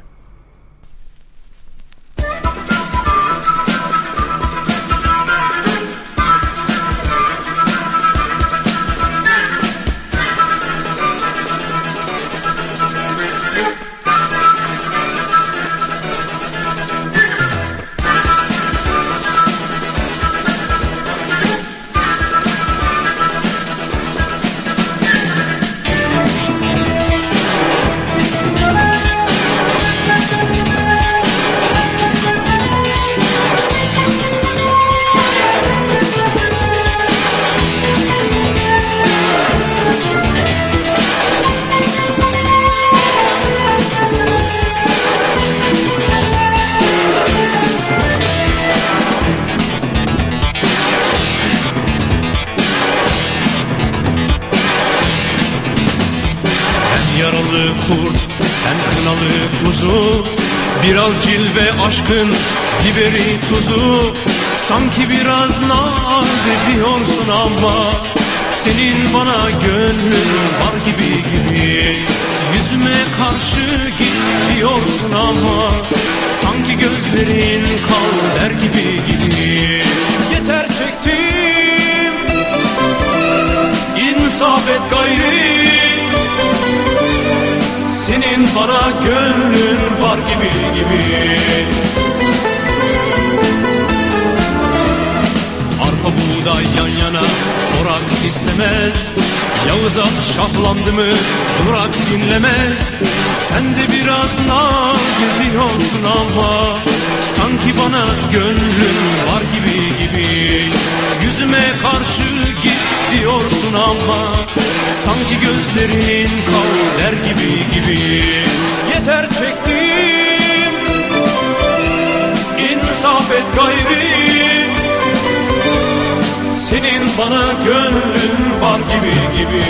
Biraz cilve aşkın biberi tuzu, sanki biraz naz ediyorsun ama senin bana gönlün var gibi gibi. Yüzüme karşı git diyorsun ama sanki gözlerin kal der gibi gibi. Yeter çektim, insaf et gayri, senin bana gönlün var gibi gibi. Arpa buğday yan yana orak istemez, Yağız at şahlandı mı durak dinlemez. Sen de biraz naz ediyorsun ama sanki bana gönlün var gibi gibi. Yüzüme karşı git diyorsun ama sanki gözlerin kal der gibi gibi. Yeter çektim, insaf et gayri, senin bana gönlün var gibi gibi.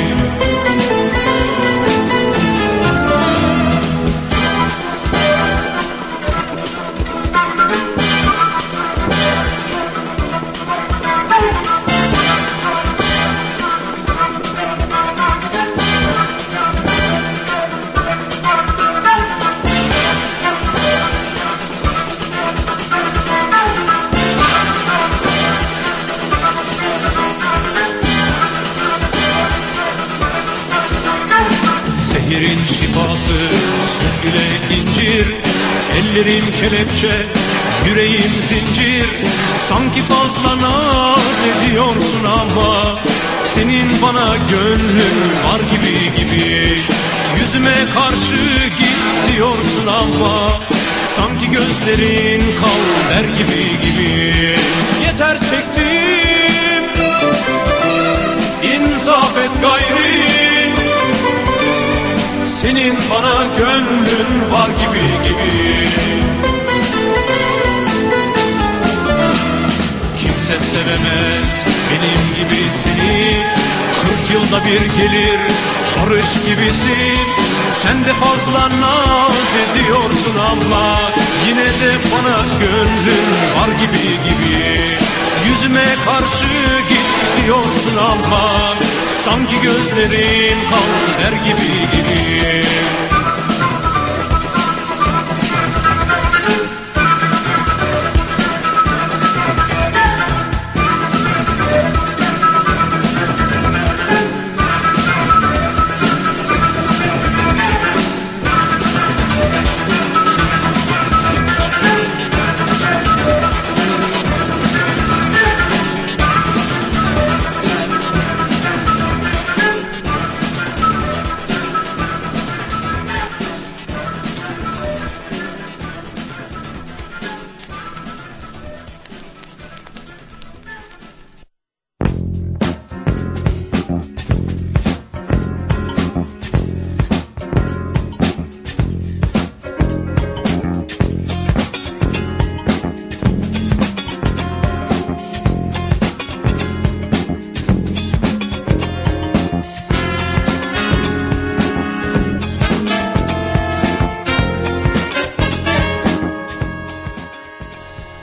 Zehirin şifası süt ile incir, ellerim kelepçe, yüreğim zincir. Sanki fazla naz ediyorsun ama senin bana gönlün var gibi gibi. Yüzüme karşı git diyorsun ama sanki gözlerin kal der gibi gibi. Yeter çektim, insaf et gayri, senin bana gönlün var gibi gibi. Kimse sevemez benim gibi seni, kırk yılda bir gelir barış gibisin. Sen de fazla naz ediyorsun ama yine de bana gönlün var gibi gibi. Yüzüme karşı git diyorsun ama sanki gözlerin kal der gibi gibi.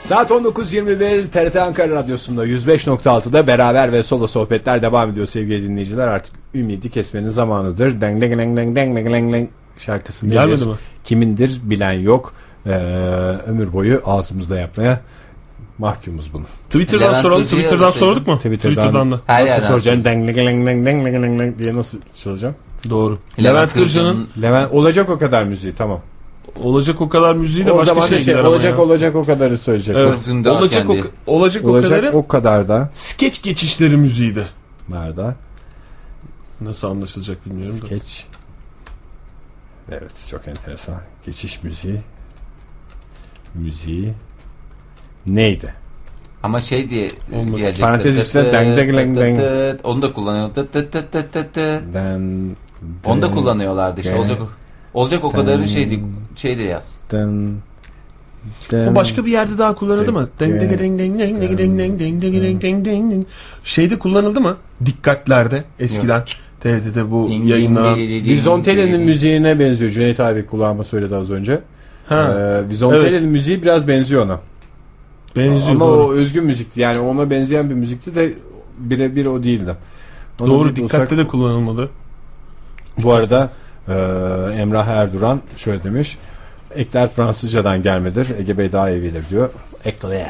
Saat on dokuz yirmi bir T R T Ankara Radyosu'nda yüz beş nokta altıda beraber ve solo sohbetler devam ediyor sevgili dinleyiciler. Artık ümidi kesmenin zamanıdır. Deng deng deng deng deng deng deng deng şarkısı gelmedi mi? Kimindir bilen yok. Ee, ömür boyu ağzımızda yapmaya mahkumuz bunu. Twitter'dan Levent soralım. Kırcı'ya Twitter'dan yazsaydın. sorduk mu? Twitter'dan, Twitter'dan da. Her nasıl yerden soracaksın? Deng deng deng deng deng deng deng diye nasıl soracağım? Doğru. Levent Levent Kırca'nın Kırca'nın Levent olacak o kadar müziği tamam. olacak o kadar müziği de O başka zaman şey da şey gider ama olacak ya. olacak o kadarı söyleyecek. Evet. Kırcı'nın da Olacak o, kendi. olacak o Olacak kadarı o kadar da. skeç geçişleri müziğiydi. Nerede? Nasıl anlaşılacak bilmiyorum da. Skeç. Evet çok enteresan. Geçiş müziği. Müziği. Neydi? Ama şey diye Olmadı. gelecek. Parantez içinde deng deng deng deng. Onu da kullanıyor. Tıt tıt tıt tıt tıt tıt. Den, Onu da den, kullanıyorlardı işte. den, Olacak olacak o kadar bir den, şeydi. Şey de yaz. den, den. O başka bir yerde daha kullanıldı mı? Deng, Deng deng deng deng deng deng deng deng deng deng deng deng deng. Şeyde kullanıldı mı? Dikkatlerde eskiden T R T'de bu yayınlanan. Vizontele'nin müziğine benziyor. Cüneyt abi kulağıma söyledi az önce. Ha. Ee, Vizontele'nin Evet. müziği biraz benziyor ona. Benziyor. Ama doğru. o özgün müzikti. Yani ona benzeyen bir müzikti de birebir o değildi. Onu Doğru bir dikkatte bulsak- de kullanılmadı. Bu arada e, Emrah Erduran şöyle demiş. Ekler Fransızcadan gelmedir. Ege Bey daha iyi bilir diyor. Ekler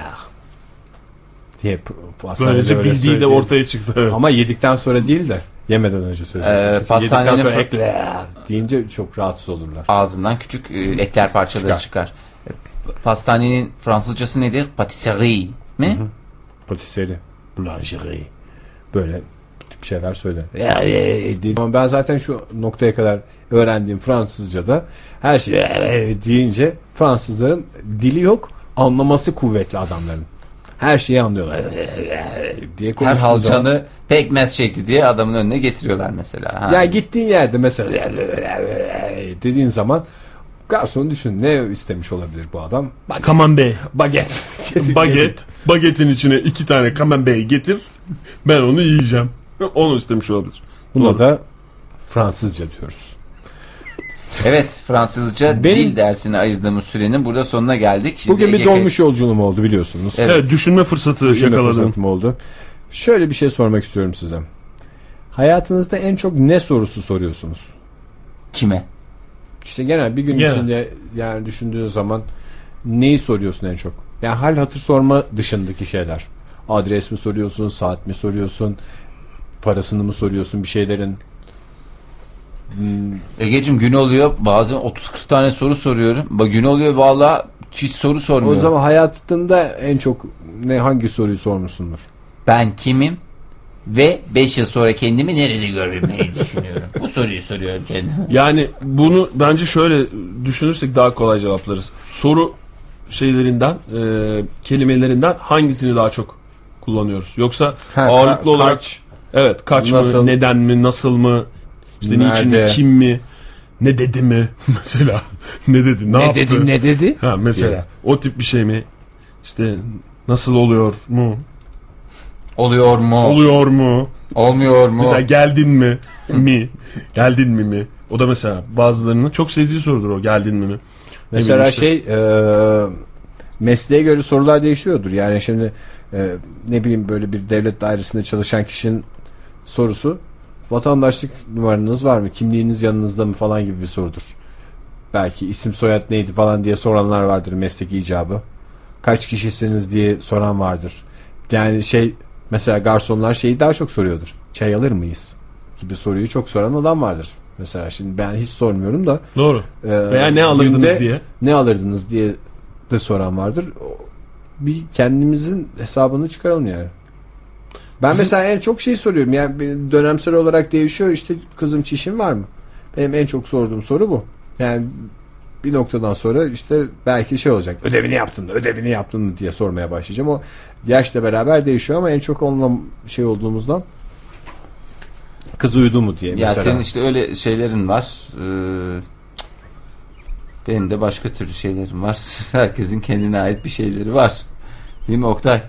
diye pastanede Böylece öyle bildiği de söyledi. ortaya çıktı. Evet. Ama yedikten sonra değil de yemeden önce söyleyeceksin. Ee, Çünkü pastanenin yedikten sonra fır- ekler deyince çok rahatsız olurlar. Ağzından küçük e, ekler parçaları çıkar. E, Pastanenin Fransızcası nedir? Patisserie mi? Patisserie, boulangerie böyle bu tip şeyler söyle. Ama ben zaten şu noktaya kadar öğrendiğim Fransızca'da her şey deyince Fransızların dili yok, anlaması kuvvetli adamların. Her şeyi anlıyorlar diye Her konuştuğu zaman. halcanı pekmez şekli diye adamın önüne getiriyorlar mesela. Ha. Ya gittiğin yerde mesela dediğin zaman garson düşün ne istemiş olabilir bu adam? Camembert. Baget. Baget. Bagetin içine iki tane camembert getir. Ben onu yiyeceğim. Onu istemiş olabilir. Buna Doğru. da Fransızca diyoruz. Evet, Fransızca Benim- dil dersine ayırdığımız sürenin burada sonuna geldik. Şimdi Bugün bir Ege- dolmuş yolculuğum oldu biliyorsunuz. Evet. Evet, düşünme fırsatı Düşünme yakaladım. fırsatım oldu. Şöyle bir şey sormak istiyorum size. Hayatınızda en çok ne sorusu soruyorsunuz? Kime? İşte genel bir gün Genel. içinde yani düşündüğün zaman neyi soruyorsun en çok? Yani hal hatır sorma dışındaki şeyler. Adres mi soruyorsun, saat mi soruyorsun, parasını mı soruyorsun bir şeylerin? Ege'cim gün oluyor bazen otuz kırk tane soru soruyorum. Bak gün oluyor valla hiç soru O sormuyorum. zaman hayatında en çok ne hangi soruyu sormuşsundur? Ben kimim ve beş yıl sonra kendimi nerede görmeyi düşünüyorum. Bu soruyu soruyorum kendime. Yani bunu bence şöyle düşünürsek daha kolay cevaplarız. Soru şeylerinden, e, kelimelerinden hangisini daha çok kullanıyoruz? Yoksa Ha, ağırlıklı ka- olarak kaç, evet kaç nasıl, mı, neden mi, nasıl mı, işte niçin mi, nerede? kim mi, ne dedi mi mesela, ne dedi, ne, ne yaptı? dedi ne dedi? Ha mesela Yeah. o tip bir şey mi? İşte nasıl oluyor mu? Oluyor mu? Oluyor mu? Olmuyor mu? Mesela geldin mi? mi? Geldin mi mi? O da mesela bazılarının çok sevdiği sorudur o. Geldin mi mi? Mesela bileyim işte. şey e, mesleğe göre sorular değişiyordur. Yani şimdi e, ne bileyim böyle bir devlet dairesinde çalışan kişinin sorusu vatandaşlık numaranız var mı? Kimliğiniz yanınızda mı falan gibi bir sorudur. Belki isim soyad neydi falan diye soranlar vardır meslek icabı. Kaç kişisiniz diye soran vardır. Yani şey mesela garsonlar şeyi daha çok soruyordur. Çay alır mıyız? Gibi soruyu çok soran adam vardır. Mesela şimdi ben hiç sormuyorum da Doğru. Ee, Veya ne alırdınız günde diye. Ne alırdınız diye de soran vardır. O- Bir kendimizin hesabını çıkaralım yani. Ben Bizim- mesela en çok şey soruyorum. Yani bir dönemsel olarak değişiyor. İşte kızım çişin var mı? Benim en çok sorduğum soru bu. Yani bir noktadan sonra işte belki şey olacak. Ödevini yaptın mı? Ödevini yaptın mı diye sormaya başlayacağım. O yaşla beraber değişiyor ama en çok onunla şey olduğumuzdan kız uyudu mu diye Ya mesela. senin işte öyle şeylerin var. Ee, benim de başka türlü şeylerim var. Herkesin kendine ait bir şeyleri var. Değil mi Oktay?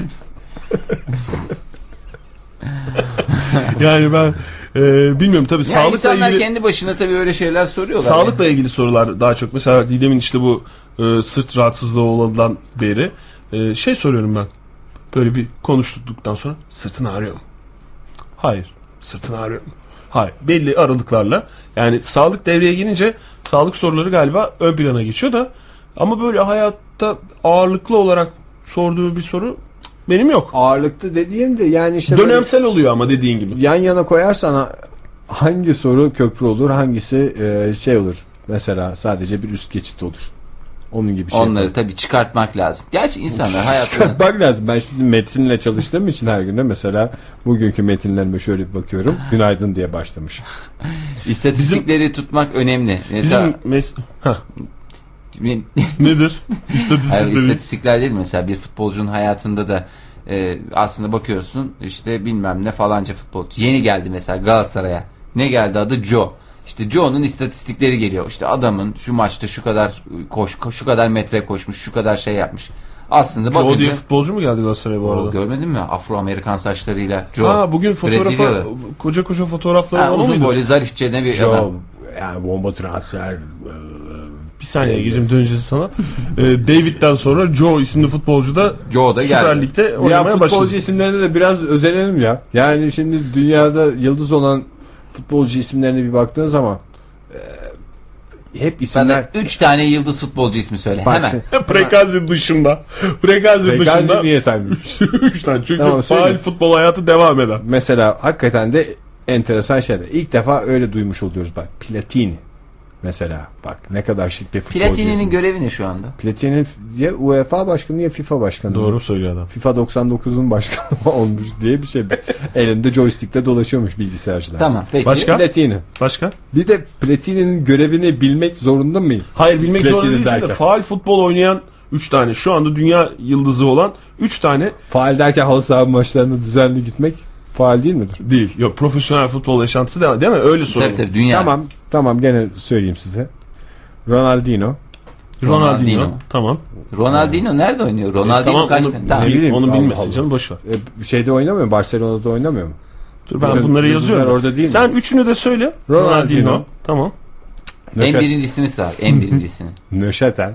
Yani ben e, bilmiyorum tabii Ya sağlıkla insanlar ilgili kendi başına tabii öyle şeyler soruyorlar. sağlıkla ilgili sorular daha çok. Mesela Didem'in işte bu e, sırt rahatsızlığı olandan beri Ee, şey soruyorum ben. Böyle bir konuştuktan sonra sırtını ağrıyor mu? Hayır. Sırtını ağrıyor mu? Hayır. Belli aralıklarla. Yani sağlık devreye girince sağlık soruları galiba ön plana geçiyor da ama böyle hayatta ağırlıklı olarak sorduğu bir soru benim yok. Ağırlıklı dediğim de yani işte dönemsel oluyor ama dediğin gibi. Yan yana koyarsan hangi soru köprü olur, hangisi e, şey olur. Mesela sadece bir üst geçit olur. Onun gibi şey. Onları tabii çıkartmak lazım. Gerçi insanlar hayatlarını... Bak lazım. Ben şimdi metinle çalıştığım için her günde mesela bugünkü metinlerime şöyle bir bakıyorum. Günaydın diye başlamış. İstatistikleri Bizim... tutmak önemli. Mesela... Bizim mes... Nedir? İstatistikler. Hayır, istatistikler değil mesela bir futbolcunun hayatında da e, aslında bakıyorsun işte bilmem ne falanca futbolcu. Yeni geldi mesela Galatasaray'a. Ne geldi adı? Joe. İşte Joe'nun istatistikleri geliyor. İşte adamın şu maçta şu kadar koş, şu kadar metre koşmuş, şu kadar şey yapmış. Aslında Joe bakınca, diye futbolcu mu geldi Galatasaray'a bu arada? Görmedin mi? Afro-Amerikan saçlarıyla Joe. Ha bugün fotoğrafa koca koca fotoğrafları ha, uzun boylu zarifçe ne bir Joe, adam. yani bomba transfer. Bir saniye gireceğim döneceğiz sana. ee, David'den sonra Joe isimli futbolcu da Joe da Süper geldi. Lig'de oynamaya başladı. Ya futbolcu isimlerine de biraz özenelim ya. Yani şimdi dünyada yıldız olan futbolcu isimlerine bir baktığın zaman e, hep isimler... üç tane yıldız futbolcu ismi söyle. Bak, hemen. Şimdi, Prekazi dışında. Prekazi dışında. niye sen? üç tane. Çünkü Tamam, faal söyle. futbol hayatı devam eden. Mesela hakikaten de enteresan şeyler. İlk defa öyle duymuş oluyoruz bak. Platini. Mesela bak ne kadar şık bir futbolcu. Platini'nin görevi ne şu anda? Platini ya UEFA başkanı ya FIFA başkanı. Doğru söylüyor adam. FIFA doksan dokuzun başkanı olmuş diye bir şey. Elinde joystick'te dolaşıyormuş bilgisayarcılar. Tamam peki. Başka? Platini. Başka? Bir de Platini'nin görevini bilmek zorunda mıyım? Hayır bilmek Platini zorunda değilsin de derken. faal futbol oynayan üç tane şu anda dünya yıldızı olan üç tane Faal derken halı saha maçlarına düzenli gitmek faal değil midir? değil. Yok profesyonel futbol yaşantısı değil, değil mi? Öyle soralım. Tabii tabii dünya. Tamam. Tamam gene söyleyeyim size. Ronaldinho. Ronaldinho. Ronaldinho. Tamam. Ronaldinho nerede oynuyor? Ronaldinho tamam, kaç onu, tane? Tamam. bil- bileyim, onu Allah bilmesin Allah. canım boş ver. E, şeyde oynamıyor mu? Barcelona'da oynamıyor mu? Dur ben Bütün bunları yıldızlar yazıyorum. orada değil mi? Sen üçünü de söyle. Ronaldinho. Tamam. En birincisini sağ. En birincisini. Nöşeten.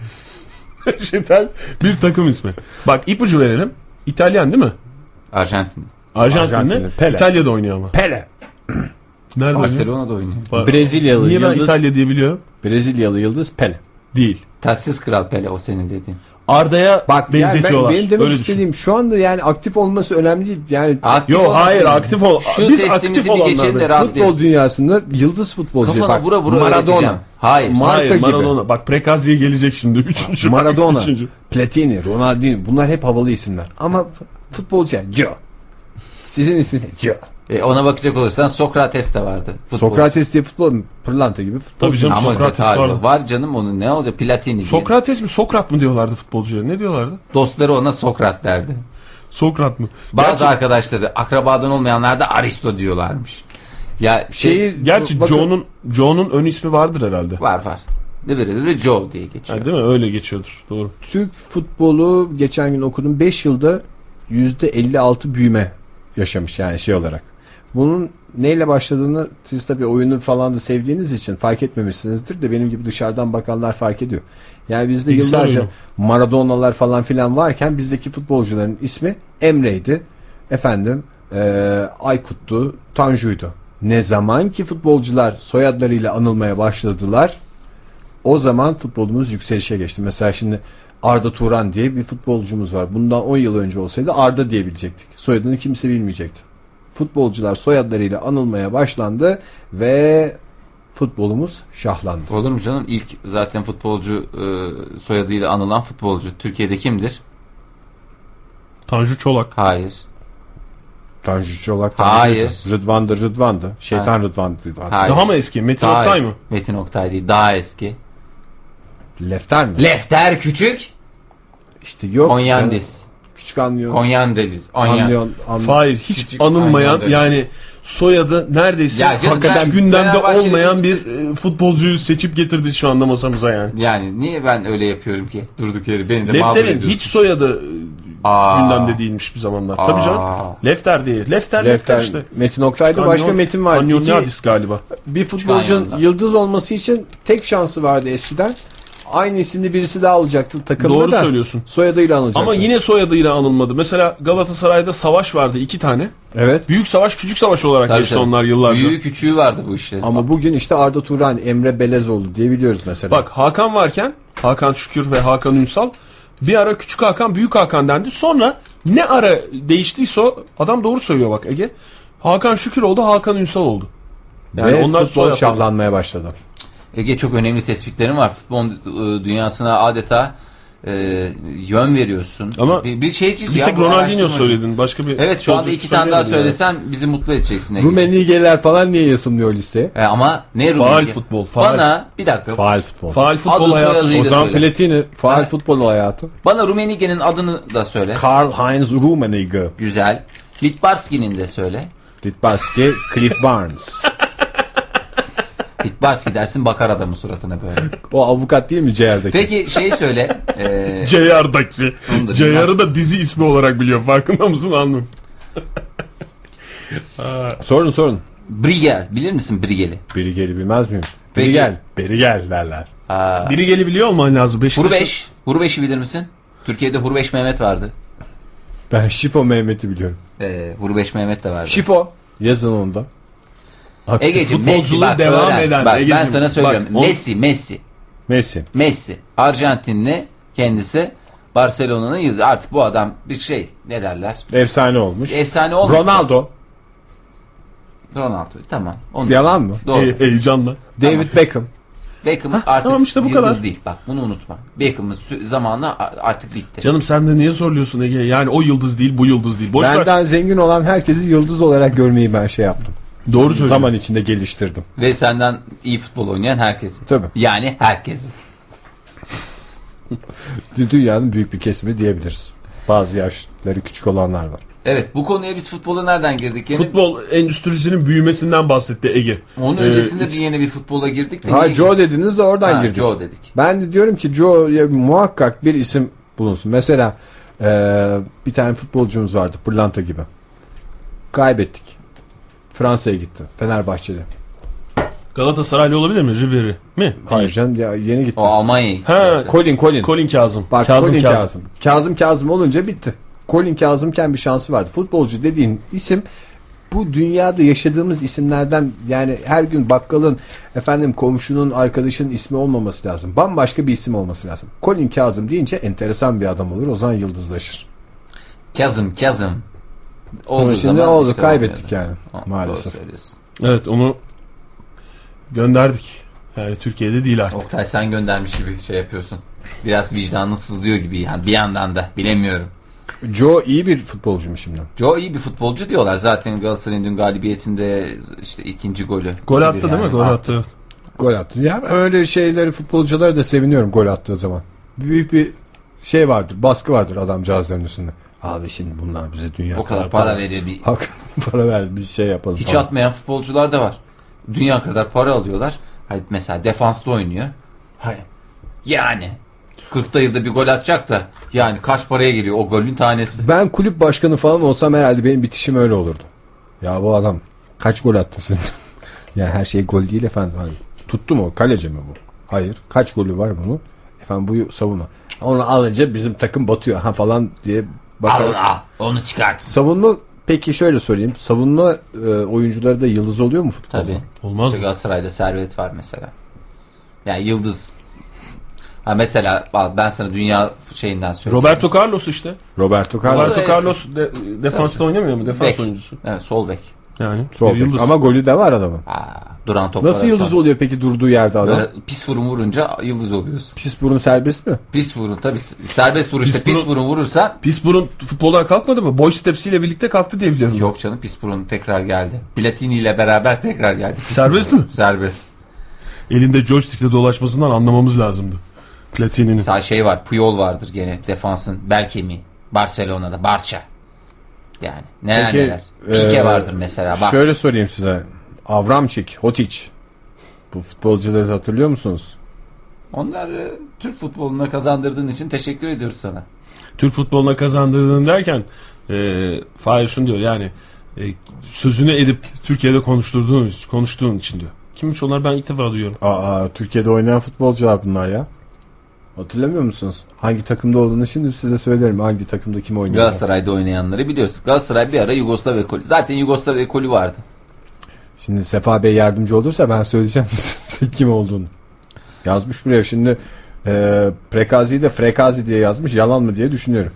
Şeyden bir takım ismi. Bak ipucu verelim. İtalyan değil mi? Arjantin. Arjantinli. Arjantinli. Pele. İtalya'da oynuyor ama. Pele. Nerede oynuyor? Barcelona'da oynuyor. Var. Brezilyalı Niye ben yıldız. İtalya diye biliyorum? Brezilyalı yıldız Pele. Değil. Tatsız Kral Pele o senin dediğin. Arda'ya Bak yani ben, benzetiyorlar. benim demek Öyle istediğim şu anda yani aktif olması önemli değil. Yani Aktif Yok olmasın hayır yani. aktif ol. Şu Biz testimizi aktif bir olanlar. geçelim de biz. rahat- futbol dünyasında yıldız futbolcu. Kafana Bak, vura vura Maradona. öğreteceğim. Hayır. Marka Hayır gibi. Maradona. Bak Prekazi'ye gelecek şimdi. Üçüncü. Maradona, Üçüncü. Platini, Ronaldinho bunlar hep havalı isimler. Ama futbolcu Joe. Sizin isminiz Joe. E, ona bakacak olursan Sokrates de vardı. Futbol. Sokrates diye futbol pırlanta gibi futbol. Tabii canım. Ama Sokrates hayır, vardı. var canım onun ne olacak Platini diye. Sokrates mi Sokrat mı diyorlardı futbolcuya? Ne diyorlardı? Dostları ona Sokrat derdi. Sokrat mı? Bazı Gerçi, arkadaşları akrabadan olmayanlar da Aristo diyorlarmış. Ya şey Şeyi, gerçi bakın- Joe'nun Joe'nun ön ismi vardır herhalde. var var. Ne böyle de Joe diye geçiyor. Ha, değil mi? Öyle geçiyordur. Doğru. Türk futbolu geçen gün okudum beş yılda yüzde elli altı büyüme yaşamış yani şey olarak. Bunun neyle başladığını siz tabii oyunu falan da sevdiğiniz için fark etmemişsinizdir de benim gibi dışarıdan bakanlar fark ediyor. Yani bizde Bilgisayar yıllarca oyunu. Maradona'lar falan filan varken bizdeki futbolcuların ismi Emre'ydi. Efendim e, Aykut'tu, Tanju'ydu. Ne zaman ki futbolcular soyadlarıyla anılmaya başladılar o zaman futbolumuz yükselişe geçti. Mesela şimdi Arda Turan diye bir futbolcumuz var. Bundan on yıl önce olsaydı Arda diyebilecektik. Soyadını kimse bilmeyecekti. Futbolcular soyadlarıyla anılmaya başlandı ve futbolumuz şahlandı. Olur mu canım? İlk zaten futbolcu e, soyadıyla anılan futbolcu. Türkiye'de kimdir? Tanju Çolak. Hayır. Tanju Çolak. Hayır. Rıdvan'dı Rıdvan'dı. Şeytan Hayır. Rıdvan. Rıdvan. Hayır. Daha mı eski? Metin Daha Oktay eski. mı? Metin Oktay değil. Daha eski. Lefter mi? Lefter Küçük. İşte yok. Konyandis. Küçük anlıyor. Konyandeliz. Anlıyor. Anlıyor. anlıyor. Hayır. Hiç Küçük anılmayan Aynen. yani soyadı neredeyse Ya canım, hakikaten ben gündemde Fenerbahçeli- olmayan bir e, futbolcuyu seçip getirdi şu anda masamıza yani. Yani niye ben öyle yapıyorum ki? Durduk yere beni de mağdur Lefter'in ediyorsun. hiç soyadı e, Aa. gündemde değilmiş bir zamanlar. Aa. Tabii canım. Lefter değil. Lefter Lefter, Lefter, işte. Metin Oktay'da başka Metin var. İki, Anyonyadis galiba. bir futbolcunun Çıkan yıldız olması için tek şansı vardı eskiden. aynı isimli birisi daha olacaktı takımda Doğru da. söylüyorsun. Soyadıyla anılacaktı. Ama yine soyadıyla anılmadı. Mesela Galatasaray'da Savaş vardı iki tane. Evet. Büyük Savaş, Küçük Savaş olarak Tabii, geçti tabii. onlar yıllarca. Büyüğü küçüğü vardı bu işlerin. Ama bugün işte Arda Turan, Emre Belezoğlu diye biliyoruz mesela. Bak Hakan varken Hakan Şükür ve Hakan Ünsal bir ara Küçük Hakan, Büyük Hakan dendi. Sonra ne ara değiştiyse o adam doğru söylüyor bak Ege. Hakan Şükür oldu, Hakan Ünsal oldu. Yani ve onlar futbol soyadları. şahlanmaya başladı. Ege çok önemli tespitlerin var. Futbol e, dünyasına adeta e, yön veriyorsun. Ama bir, bir şey Bir tek Ronaldinho söyledin. Başka bir Evet, şu anda futbolcu iki tane daha söyleyemedin söylesem bizi mutlu edeceksin. Ege. Rumenigeler falan niye yazılmıyor listeye? E, ama ne Faal Rummenigge? futbol, faal. Bana bir dakika. Faal futbol. yani. Faal futbol Adı hayatı. soyadı- O zaman söyle. Platini faal Ha. futbol hayatı. Bana Rummenige'nin adını da söyle. Karl-Heinz Rummenigge. Güzel. Litbarski'nin de söyle. Litbarski, Cliff Barnes. Litbarski dersin, bakar adamın suratına böyle. O avukat değil mi C R'deki? Peki şeyi söyle. E, C R'daki. Onu da C bilmez. R'ı da dizi ismi olarak biliyor. Farkında mısın anladım. Sorun sorun. Brigel. Bilir misin Brigel'i? Brigeli bilmez miyim? Peki. Brigel. Brigel derler. Biri geli biliyor olman lazım. Beşiktaş'ın- Hurbeş. Hurbeş'i bilir misin? Türkiye'de Hurbeş Mehmet vardı. Ben Şifo Mehmet'i biliyorum. E, Hurbeş Mehmet de vardı. Şifo. Yazın onu da. Egeciğim, Messi futbolculuğu bak devam öğren. eden, Bak, ben Egeciğim, sana söylüyorum. bak, on- Messi, Messi, Messi. Messi. Arjantinli kendisi. Barcelona'nın yıldızı. Artık bu adam bir şey, ne derler? Efsane olmuş. Efsane olmuş. Ronaldo. Ronaldo. Tamam. Onu Yalan mı? Doğru. He- heyecanla. David Beckham. Beckham artık tamam işte bu yıldız kadar. değil. Bak bunu unutma. Beckham'ın sü- zamanı a- artık bitti. Canım sen de niye zorluyorsun Ege? Yani o yıldız değil, bu yıldız değil. Boş ver. Benden zengin olan herkesi yıldız olarak görmeyi ben şey yaptım. Doğru söylüyorsun. Zaman içinde geliştirdim. Ve senden iyi futbol oynayan herkesi. Tabii. Yani herkesi. Dünyanın büyük bir kesimi diyebiliriz. Bazı yaşları küçük olanlar var. Evet, bu konuya biz futbola nereden girdik? Yeni, Futbol endüstrisinin büyümesinden bahsetti Ege. Onun Ee, öncesinde bir yeni bir futbola girdik de. Ha niye Joe dediniz de oradan Ha, girdik. Joe dedik. Ben de diyorum ki Joe'ya muhakkak bir isim bulunsun. Mesela eee, bir tane futbolcumuz vardı, Pırlanta gibi. Kaybettik. Fransa'ya gitti. Fenerbahçeli. Galatasaraylı olabilir mi? Ribery mi? Hayır canım, ya yeni gitti. O Almanya'ya gitti. Ha, zaten. Colin Colin. Colin Kazım. Bak Kazım Colin Kazım. Kazım. Kazım Kazım olunca bitti. Colin Kazımken bir şansı vardı. Futbolcu dediğin isim bu dünyada yaşadığımız isimlerden, yani her gün bakkalın, efendim komşunun, arkadaşının ismi olmaması lazım. Bambaşka bir isim olması lazım. Colin Kazım deyince enteresan bir adam olur. O zaman yıldızlaşır. Kazım Kazım. Ama Olduğu şimdi zaman oldu, işte kaybettik olmuyordu. yani O, maalesef. Doğru söylüyorsun. Evet onu gönderdik. Yani Türkiye'de değil artık. Oktay, sen göndermiş gibi şey yapıyorsun. Biraz vicdanın sızlıyor gibi yani bir yandan da, bilemiyorum. Joe iyi bir futbolcu mu şimdi? Joe iyi bir futbolcu diyorlar. Zaten Galatasaray'ın dün galibiyetinde işte ikinci golü. Gol iki bir attı değil mi? yani. Gol attı. Evet. Gol attı. Ya ben öyle şeyleri, futbolcuları da seviniyorum gol attığı zaman. Büyük bir şey vardır, baskı vardır adamcağızların üstünde. Abi şimdi bunlar bize dünya O kadar para veriyor, bir Hakikaten para ver, bir şey yapalım. hiç falan. atmayan futbolcular da var. Dünya kadar para alıyorlar. Hayır, mesela defansta oynuyor. Hayır. Yani kırkta yılda bir gol atacak da yani kaç paraya geliyor o golün tanesi? Ben kulüp başkanı falan olsam herhalde benim bitişim öyle olurdu. Ya bu adam kaç gol attı sen? Yani her şey gol değil efendim. Hani tuttu mu? Kaleci mi bu? Hayır. Kaç golü var bunun? Efendim bu savunma. Onu alınca bizim takım batıyor ha falan diye bakalım. Allah, onu çıkart. Savunma, peki şöyle sorayım. Savunma e, oyuncuları da yıldız oluyor mu futbolda? Tabii. Olmaz İşte mı? Galatasaray'da Servet var mesela. Yani yıldız. Ha mesela bak, ben sana dünya şeyinden söyleyeyim. Roberto Carlos işte. Roberto Carlos. Roberto eski. Carlos de, defansta oynamıyor mu? Defans Bek. oyuncusu. Evet, sol bek. Yani Sol bir bek. yıldız. Ama golü de var adamın. Aa, duran toplara. Nasıl yıldız sonra. oluyor peki durduğu yerde adam? Böyle pis vurun vurunca yıldız oluyorsun. Pis burun serbest mi? Pis vurun tabii, serbest vuruşta Pis pis, vurun- vurun vurursan. Pis burun futboldan kalkmadı mı? Boy stepsiyle birlikte kalktı diye biliyorum. Yok canım, pis vurun tekrar geldi. Platini ile beraber tekrar geldi. Pis Serbest vurun. mi? Serbest. Elinde joystickle dolaşmasından anlamamız lazımdı. Platini'nin. Mesela şey var, Puyol vardır gene defansın bel kemiği. Barcelona'da Barça. Yani neler Peki, neler. Pique e, vardır mesela. Bak. Şöyle sorayım size. Avramçik, Hotić. Bu futbolcuları hatırlıyor musunuz? Onlar e, Türk futboluna kazandırdığın için teşekkür ediyoruz sana. Türk futboluna kazandırdığın derken e, Fahir şunu diyor yani e, sözünü edip Türkiye'de konuşturduğun, konuştuğun için diyor. Kimmiş onlar, ben ilk defa duyuyorum. Aa, Türkiye'de oynayan futbolcular bunlar ya. Hatırlamıyor musunuz? Hangi takımda olduğunu şimdi size söylerim. Hangi takımda kim oynuyor? Galatasaray'da oynayanları biliyorsun. Galatasaray bir ara Yugoslav ekolü. Zaten Yugoslav ekolü vardı. Şimdi Sefa Bey yardımcı olursa ben söyleyeceğim size kim olduğunu. Yazmış buraya şimdi e, Prekazi'yi de Frekazi diye yazmış. Yalan mı diye düşünüyorum.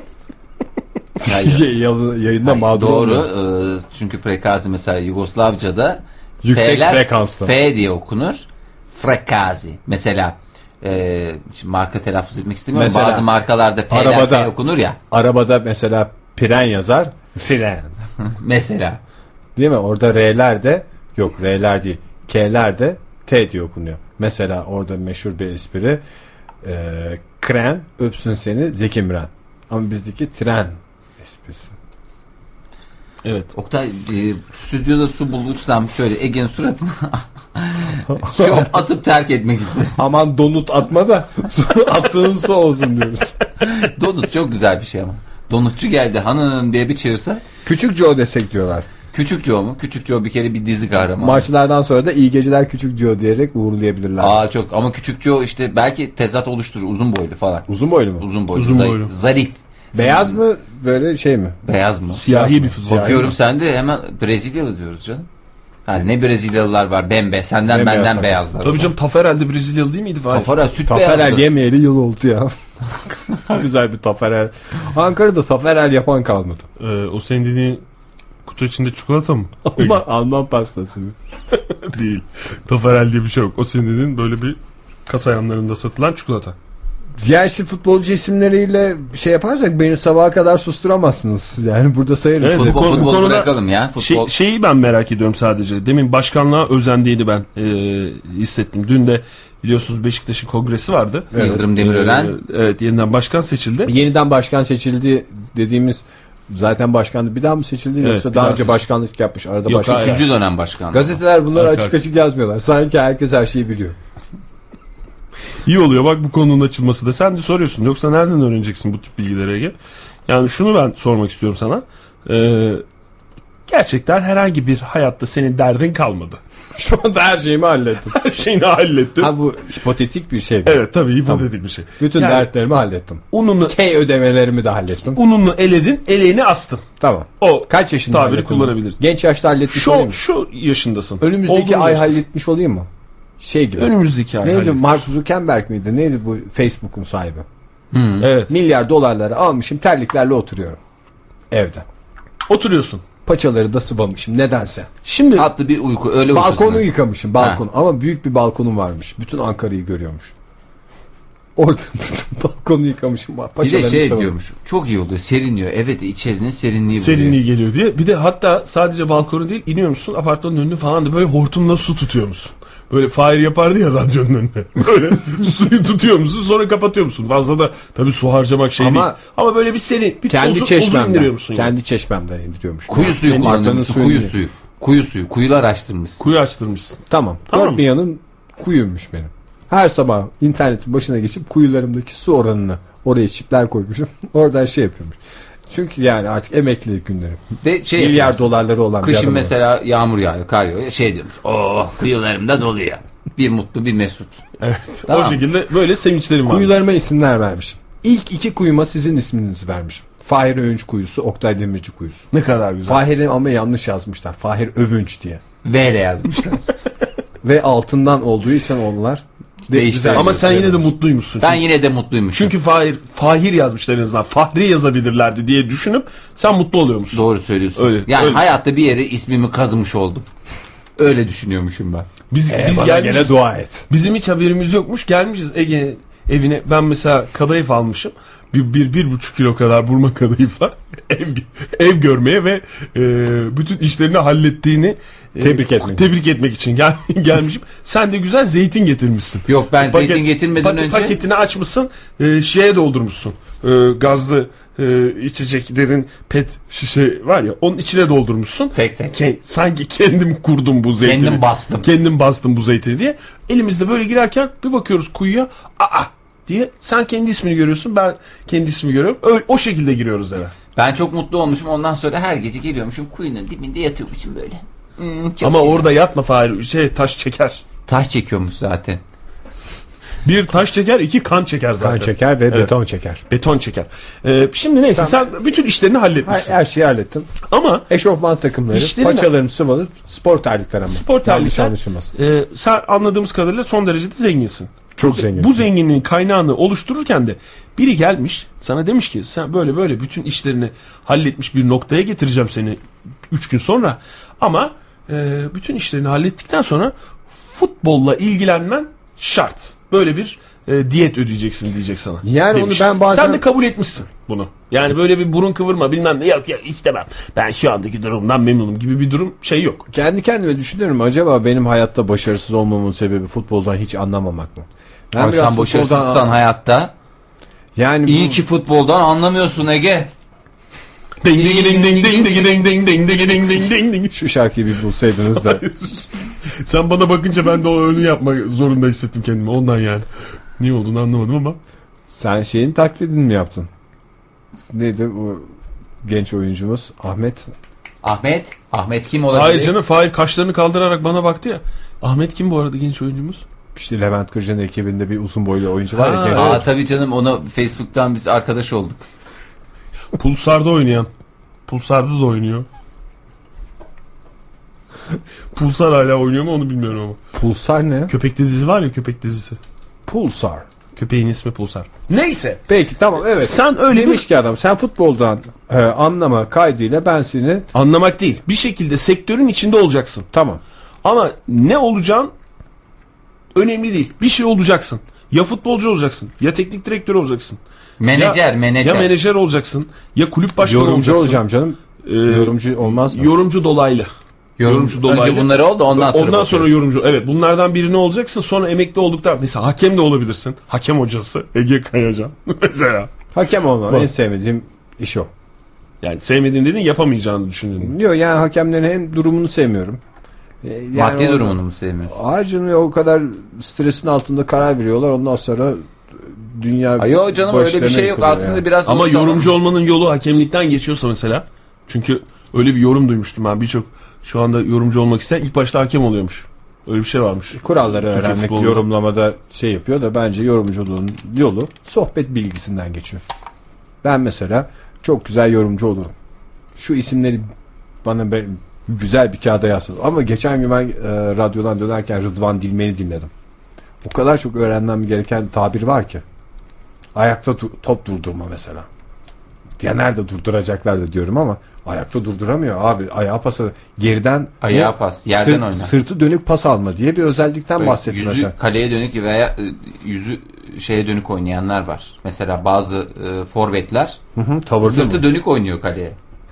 Yayında Hayır, mağdur doğru. olmuyor. E, çünkü Prekazi mesela Yugoslavca'da yüksek F'ler frekanslı. F diye okunur. Frekazi. Mesela e, şimdi marka telaffuz etmek istemiyorum. Mesela, bazı markalarda P'ler arabada, F okunur ya. Arabada mesela fren yazar. Fren. Mesela. Değil mi? Orada R'ler de yok R'ler değil. K'ler de T diye okunuyor. Mesela orada meşhur bir espri. E, kren öpsün seni Zeki Müren. Ama bizdeki tren esprisi. Evet. Oktay, e, stüdyoda su bulursam şöyle Ege'nin suratına şu atıp terk etmek istedim. Aman donut atma da attığın su olsun diyoruz. Donut çok güzel bir şey ama. Donutçu geldi hanım diye bir çığırsa. Küçük Joe desek diyorlar. Küçük Joe mu? Küçük Joe bir kere bir dizi kahramanı. Maçlardan sonra da iyi geceler Küçük Joe diyerek uğurlayabilirler. Aa çok ama Küçük Joe işte belki tezat oluşturur, uzun boylu falan. Uzun boylu mu? Uzun boylu. Uzun zayıf, boylu. Zarif. Beyaz mı böyle şey mi? Beyaz mı? Siyahi bir futbol. Bakıyorum sen de hemen Brezilyalı diyoruz canım. Ha, ne Brezilyalılar var bembe senden Bembeyaz benden tabii. beyazlar. Tabii canım Taferel de Brezilyalı değil miydi? Tafara süt Taferel beyazdı. yemeyeli yıl oldu ya. Güzel bir taferel. Ankara'da taferel yapan kalmadı. Ee, o senin dediğin kutu içinde çikolata mı? Ama Alman pastası mı? Değil. Taferel diye bir şey yok. O senin dediğin böyle bir kasa yanlarında satılan çikolata. Gerçi futbolcu isimleriyle şey yaparsak beni sabaha kadar susturamazsınız. Yani burada sayarım. Evet, Futbol- Futbol, Bu konu- futbol bu konuda- bırakalım ya. Futbol. Şey, şeyi ben merak ediyorum sadece. Demin başkanlığa özendiğini ben e, hissettim. Dün de biliyorsunuz Beşiktaş'ın kongresi vardı. Yıldırım Demirören. Ee, evet yeniden başkan seçildi. Yeniden başkan seçildi dediğimiz zaten başkandı. Bir daha mı seçildi Evet, yoksa bir daha daha önce seçildi. başkanlık yapmış. Arada Yok, başkan. hayır. Üçüncü dönem başkanı. Gazeteler bunları Arka açık arka. açık yazmıyorlar. Sanki herkes her şeyi biliyor. İyi oluyor bak bu konunun açılması da. Sen de soruyorsun. Yoksa nereden öğreneceksin bu tip bilgileri Ege? Yani şunu ben sormak istiyorum sana. Ee, gerçekten herhangi bir hayatta senin derdin kalmadı. Şu anda her şeyimi hallettim. Her şeyini hallettin. Ha bu hipotetik bir şey mi? Evet tabii hipotetik bir şey. Bütün Yani dertlerimi hallettim. ununu, K ödemelerimi de hallettim. ununu eledin, eleğini astın. Tamam. O Kaç yaşında tabiri hallettim? kullanabilirsin. Genç yaşta halletmiş olayım Şu, mı? şu yaşındasın. Önümüzdeki Olduğun ay yaştasın. halletmiş olayım mı? Şey gibi. Önümüzdeki ay Neydi? halletmiş. Mark Zuckerberg miydi? Neydi bu Facebook'un sahibi? Evet. Milyar dolarları almışım, terliklerle oturuyorum. Evde. Oturuyorsun. Paçaları da sıvamışım nedense. Şimdi Tatlı bir uyku öyle Balkonu uykusun. yıkamışım, balkon. Ama büyük bir balkonum varmış. Bütün Ankara'yı görüyormuş. Orada bütün balkonu yıkamışım. Bir de Paçalarını şey sıvamışım. diyormuş. Çok iyi oluyor. Serinliyor. Evet içerinin serinliği. serinliği buluyor. geliyor diye. Bir de hatta sadece balkonu değil iniyor musun apartmanın önünü falan da böyle hortumla su tutuyor musun? Böyle Fahir yapardı ya radyonun önüne. Böyle suyu tutuyor musun sonra kapatıyor musun? Fazla da tabii su harcamak şey Ama- değil. Ama böyle bir serin bir Kendi tozu, tozu indiriyor çeşmemden. musun? yani? Kendi çeşmemden indiriyormuş. Kuyu suyu Senin kullanıyor arkanın musun? suyunu Kuyu değil. suyu. Kuyu suyu. Kuyular açtırmışsın. Kuyu açtırmışsın. Tamam. Tamam. Dört bir yanım kuyuymuş benim. Her sabah internetin başına geçip kuyularımdaki su oranını oraya çipler koymuşum. Oradan şey yapıyormuş. Çünkü yani artık emeklilik günleri. Ve şey Milyar dolarları olan bir kışın adam var. mesela yağmur yağıyor, kar yağıyor. Şey diyormuş. Oo kuyularımda doluyor. Bir mutlu bir mesut. Evet. Tamam. O şekilde böyle sevinçlerim var. Kuyularıma isimler vermişim. İlk iki kuyuma sizin isminizi vermişim. Fahir Öğünç kuyusu, Oktay Demirci kuyusu. Ne kadar güzel. Fahir'i ama yanlış yazmışlar. Fahir Övünç diye. V ile yazmışlar. Ve altından olduğu için onlar de Değişti. güzel Ama sen yine de gösteriyorlar. mutluymuşsun. Ben Çünkü, yine de mutluymuşum. çünkü Fahir, Fahir yazmışlar en azından. Fahri yazabilirlerdi diye düşünüp sen mutlu oluyormuşsun. Doğru söylüyorsun. Öyle, yani öyle. hayatta bir yere ismimi kazımış oldum. Öyle düşünüyormuşum ben. Biz, Ee, biz bana gelmişiz. gene dua et. Bizim hiç haberimiz yokmuş. Gelmişiz Ege evine. Ben mesela kadayıf almışım. Bir, bir, bir buçuk kilo kadar burma kadayıfla ev, ev görmeye ve e, bütün işlerini hallettiğini e, Tebrik etmek. tebrik etmek için gel, gelmişim. Sen de güzel zeytin getirmişsin. Yok ben Paket- zeytin getirmeden pat- önce Paketini açmışsın. E, şeye doldurmuşsun. E, gazlı e, içeceklerin pet şişe var ya onun içine doldurmuşsun. Tek tek. Ke- sanki kendim kurdum bu zeytini. Kendim bastım. Kendim bastım bu zeytini diye. Elimizde böyle girerken bir bakıyoruz kuyuya. Aa diye sen kendi ismini görüyorsun ben kendi ismimi görüyorum. Öyle, o şekilde giriyoruz eve. ben çok mutlu olmuşum. Ondan sonra her gece geliyormuşum. Kuyunun dibinde yatıyormuşum böyle. Hmm, çok Ama iyi. orada yatma Fahir şey taş çeker. Taş çekiyormuş zaten. Bir taş çeker, iki kan çeker zaten. Kan çeker ve evet. beton çeker. Beton çeker. Ee, şimdi neyse sen, sen bütün işlerini halletmişsin. Her, her şeyi hallettim. Ama eşofman takımları, işlerini... paçalarım sıvalı, spor terlikler ama. Spor terlikler. E, sen anladığımız kadarıyla son derece de zenginsin. Çok bu, zengin. Bu zenginliğin kaynağını oluştururken de biri gelmiş sana demiş ki sen böyle böyle bütün işlerini halletmiş bir noktaya getireceğim seni üç gün sonra. Ama e, bütün işlerini hallettikten sonra futbolla ilgilenmen şart. Böyle bir e, diyet ödeyeceksin diyecek sana. Yani demiş. onu ben bazen... Sen de kabul etmişsin bunu. Yani böyle bir burun kıvırma bilmem ne yok yok istemem. Ben şu andaki durumdan memnunum gibi bir durum şey yok. Kendi kendime düşünüyorum acaba benim hayatta başarısız olmamın sebebi futboldan hiç anlamamak mı? Ben sen başarısızsan futboldan... hayatta. Yani iyi bu... ki futboldan anlamıyorsun Ege. Ding ding ding ding ding ding ding ding ding ding ding ding ding. Şu şarkıyı bir bulsaydınız da. Sen bana bakınca ben de o önü yapmak zorunda hissettim kendimi ondan yani. Niye olduğunu anlamadım ama. Sen şeyin taklidini mi yaptın? Neydi o genç oyuncumuz Ahmet? Ahmet? Ahmet kim olabilir? Hayır canım Fahir kaşlarını kaldırarak bana baktı ya. Ahmet kim bu arada genç oyuncumuz? İşte Levent Kırca'nın ekibinde bir uzun boylu oyuncu var ya. Aa evet. Tabii canım ona Facebook'tan biz arkadaş olduk. Pulsar'da oynayan. Pulsar'da da oynuyor. Pulsar hala oynuyor mu onu bilmiyorum ama. Pulsar ne? Köpek dizisi var ya köpek dizisi. Pulsar. Köpeğin ismi Pulsar. Neyse. Peki tamam evet. Sen öyle demiş bir... ki adam sen futboldan e, anlama kaydıyla ben seni... Anlamak değil. Bir şekilde sektörün içinde olacaksın. Tamam. Ama ne olacağın önemli değil. Bir şey olacaksın. Ya futbolcu olacaksın. Ya teknik direktör olacaksın. Menajer, ya, menajer. Ya menajer olacaksın. Ya kulüp başkanı yorumcu olacaksın. Yorumcu olacağım canım. Ee, yorumcu olmaz mı? Yorumcu dolaylı. Yorumcu dolaylı. Önce bunları oldu ondan sonra. Ondan sonra yorumcu. Evet bunlardan birini olacaksın. Sonra emekli olduktan mesela hakem de olabilirsin. Hakem hocası Ege Kayacan mesela. Hakem olmam. En sevmediğim iş o. Yani sevmediğim dediğin yapamayacağını düşündüğün. Yok yani hakemlerin hem durumunu sevmiyorum. Yani maddi durumunu mu sevmiyorsun? Harcını o kadar stresin altında karar veriyorlar. Ondan sonra dünya... Yok canım öyle bir şey yok. Aslında yani. Biraz... Ama yorumcu olmanın yolu hakemlikten geçiyorsa mesela. Çünkü öyle bir yorum duymuştum ben. Birçok şu anda yorumcu olmak isteyen ilk başta hakem oluyormuş. Öyle bir şey varmış. Kuralları Türkiye öğrenmek futbolunda. Yorumlamada şey yapıyor da bence yorumculuğun yolu sohbet bilgisinden geçiyor. Ben mesela çok güzel yorumcu olurum. Şu isimleri bana ben, güzel bir kağıda yazsın. Ama geçen gün ben e, radyodan dönerken Rıdvan Dilmen'i dinledim. O kadar çok öğrenmem gereken tabir var ki. Ayakta du- top durdurma mesela. Ya nerede durduracaklar da diyorum ama ayakta durduramıyor abi. Ayağa pas geriden ayağa pas yerden sırt, oynar. Sırtı dönük pas alma diye bir özellikten böyle bahsetti yüzü mesela. Kaleye dönük veya yüzü şeye dönük oynayanlar var. Mesela bazı e, forvetler hı hı, sırtı mı? dönük oynuyor kaleye.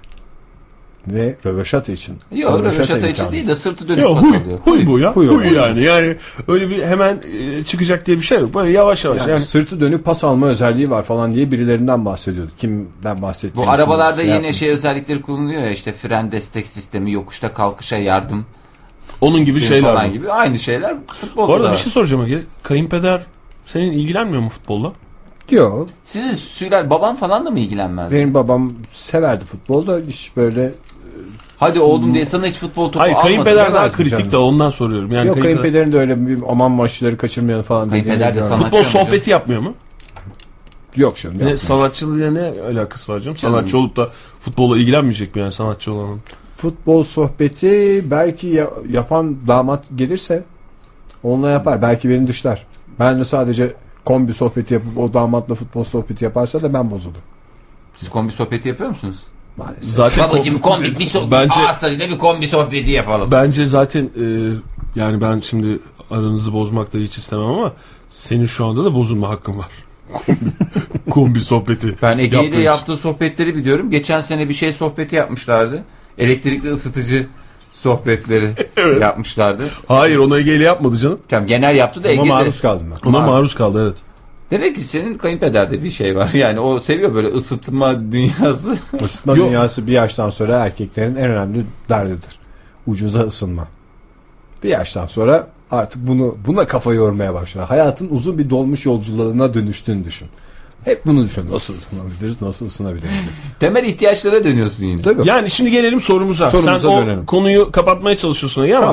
Ve röveşata için. Yok röveşata için değil de sırtı dönük yok, pas huy, alıyor. Huy bu ya. Huy, huy, huy yani. Yani öyle bir hemen e, çıkacak diye bir şey yok. Böyle yavaş yavaş. Yani, yani. Sırtı dönük pas alma özelliği var falan diye birilerinden bahsediyordu. Kimden bahsettiğini. Bu arabalarda şey yine yaptım. Şey özellikleri kullanılıyor ya işte fren destek sistemi, yokuşta kalkışa yardım. Onun gibi şeyler falan gibi. Aynı şeyler futbolda. Bu arada bir şey soracağım Ege. Kayınpeder senin ilgilenmiyor mu futbolla? Yok. Sizin süler baban falan da mı ilgilenmez? Benim babam severdi futbolda. Hiç böyle hadi oğlum diye sana hiç futbol topu hayır, almadı. Hayır kayınpeder daha kritik de ondan soruyorum. Yani yok kayınpeder... kayınpederin de öyle bir aman maçları kaçırmayan falan. Kayınpeder de sanatçı. Futbol sohbeti yapmıyor mu? Yok canım. Ne, sanatçılığıyla ne alakası var canım? canım? Sanatçı olup da futbolla ilgilenmeyecek mi yani sanatçı olanın? Futbol sohbeti belki ya, yapan damat gelirse onunla yapar. Belki beni dışlar. Ben de sadece kombi sohbeti yapıp o damatla futbol sohbeti yaparsa da ben bozulurum. Siz kombi sohbeti yapıyor musunuz? Maalesef. Zaten babacığım kombi bir so- bence ağızlarıyla bir kombi sohbeti yapalım. Bence zaten e, yani ben şimdi aranızı bozmak da hiç istemem ama senin şu anda da bozulma hakkın var. kombi, kombi sohbeti. Ben Ege'yle yaptığı sohbetleri biliyorum. Geçen sene bir şey sohbeti yapmışlardı. Elektrikli ısıtıcı sohbetleri evet. yapmışlardı. Hayır onu Ege'yle yapmadı canım. Tamam genel yaptı da Ege'de. Ona maruz kaldım ben. Ona maruz kaldı evet. Demek ki senin kayınpederde bir şey var. Yani o seviyor böyle ısıtma dünyası. Isıtma dünyası bir yaştan sonra erkeklerin en önemli derdidir. Ucuza ısınma. Bir yaştan sonra artık bunu buna kafa yormaya başlar. Hayatın uzun bir dolmuş yolculuğuna dönüştüğünü düşün. Hep bunu düşün. Nasıl ısınabiliriz, nasıl ısınabiliriz? Temel ihtiyaçlara dönüyorsun yine. Tabii. Yani şimdi gelelim sorumuza. sorumuza Sen dönelim. O konuyu kapatmaya çalışıyorsun ya ama tamam.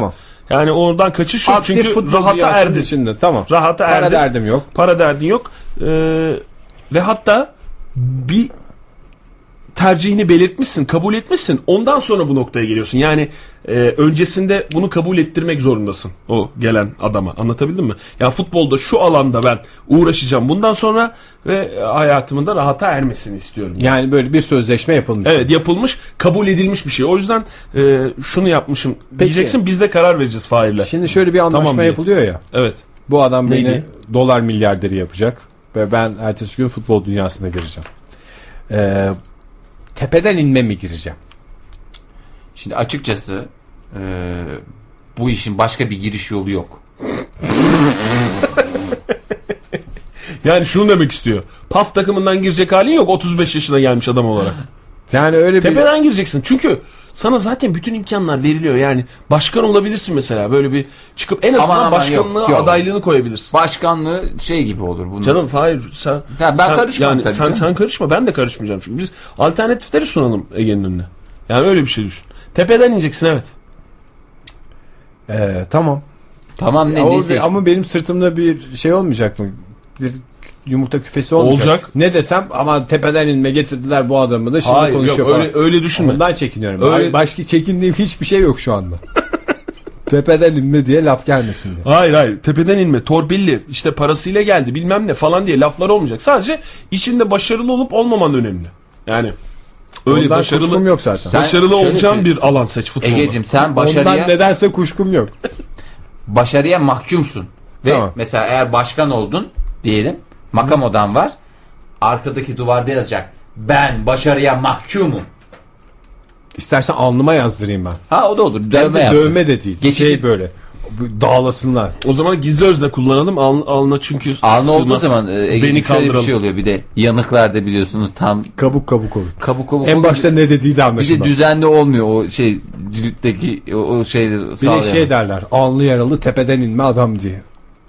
Yani oradan kaçış yok Aktif çünkü futbol rahata dünyasının erdin. içinde. Tamam. Rahata Para erdin. derdim yok. Para derdin yok. Ee, ve hatta bir tercihini belirtmişsin, kabul etmişsin. Ondan sonra bu noktaya geliyorsun. Yani e, öncesinde bunu kabul ettirmek zorundasın o gelen adama. Anlatabildim mi? Ya futbolda şu alanda ben uğraşacağım bundan sonra ve hayatımın da rahata ermesini istiyorum. Yani böyle bir sözleşme yapılmış. Evet, yapılmış, kabul edilmiş bir şey. O yüzden e, şunu yapmışım diyeceksin, biz de karar vereceğiz Fahir'le. Şimdi şöyle bir anlaşma Tamam diye. yapılıyor ya. Evet. Bu adam beni Neydi? dolar milyarderi yapacak ve ben ertesi gün futbol dünyasına gireceğim. Ee, tepeden inme mi gireceğim? Şimdi açıkçası e, bu işin başka bir giriş yolu yok. Yani şunu demek istiyor. P A F takımından girecek halin yok otuz beş yaşına gelmiş adam olarak. Yani öyle bir... Tepeden gireceksin. Çünkü sana zaten bütün imkanlar veriliyor. Yani başkan olabilirsin mesela. Böyle bir çıkıp en azından Aman aman, başkanlığı yok, yok. adaylığını koyabilirsin. Başkanlığı şey gibi olur bunun. Canım hayır sen, Ya ben sen, karışmam yani tabii sen, canım. sen karışma, ben de karışmayacağım çünkü biz alternatifleri sunalım Ege'nin önüne. Yani öyle bir şey düşün. Tepeden ineceksin, evet. Ee, tamam. Tamam ne O- neyse. ama benim sırtımda bir şey olmayacak mı? Bir yumurta küfesi olmayacak. Olacak. Ne desem ama tepeden inme getirdiler bu adamı da şimdi Hayır, konuşuyor yok, falan. öyle, öyle düşünme. Ondan çekiniyorum. Öyle- Öyle... Başka çekindiğim hiçbir şey yok şu anda. Tepeden inme diye laf gelmesin diye. Hayır hayır, tepeden inme, torpilli, işte parasıyla geldi bilmem ne falan diye laflar olmayacak. Sadece içinde başarılı olup olmaman önemli. Yani öyle Ondan başarılı kuşkum yok zaten. Sen başarılı şöyle olacağın söyle- bir alan seç futbolda. Egeciğim sen başarıya Ondan nedense kuşkum yok. başarıya mahkumsun. Ve Tamam. mesela eğer başkan oldun diyelim, makam odan var. Arkadaki duvarda yazacak: ben başarıya mahkumum. İstersen alnıma yazdırayım ben. Ha o da olur. Hem Dövme de yap. dövme de değil. Geçici- Şey böyle bu dağılasınlar. O zaman gizli özne kullanalım. Al, alnına çünkü Alnı olduğu sığmaz. zaman e, Ege'ciğim beni şöyle bir kaldıralım. şey oluyor bir de yanıklarda biliyorsunuz tam Kabuk kabuk olur. kabuk kabuk En oluyor. başta ne dediği de bir de anlaşılmaz. düzenli olmuyor o şey ciltteki o, o şeyleri Bir de sağlayan. şey derler. Alnı yaralı tepeden inme adam diye.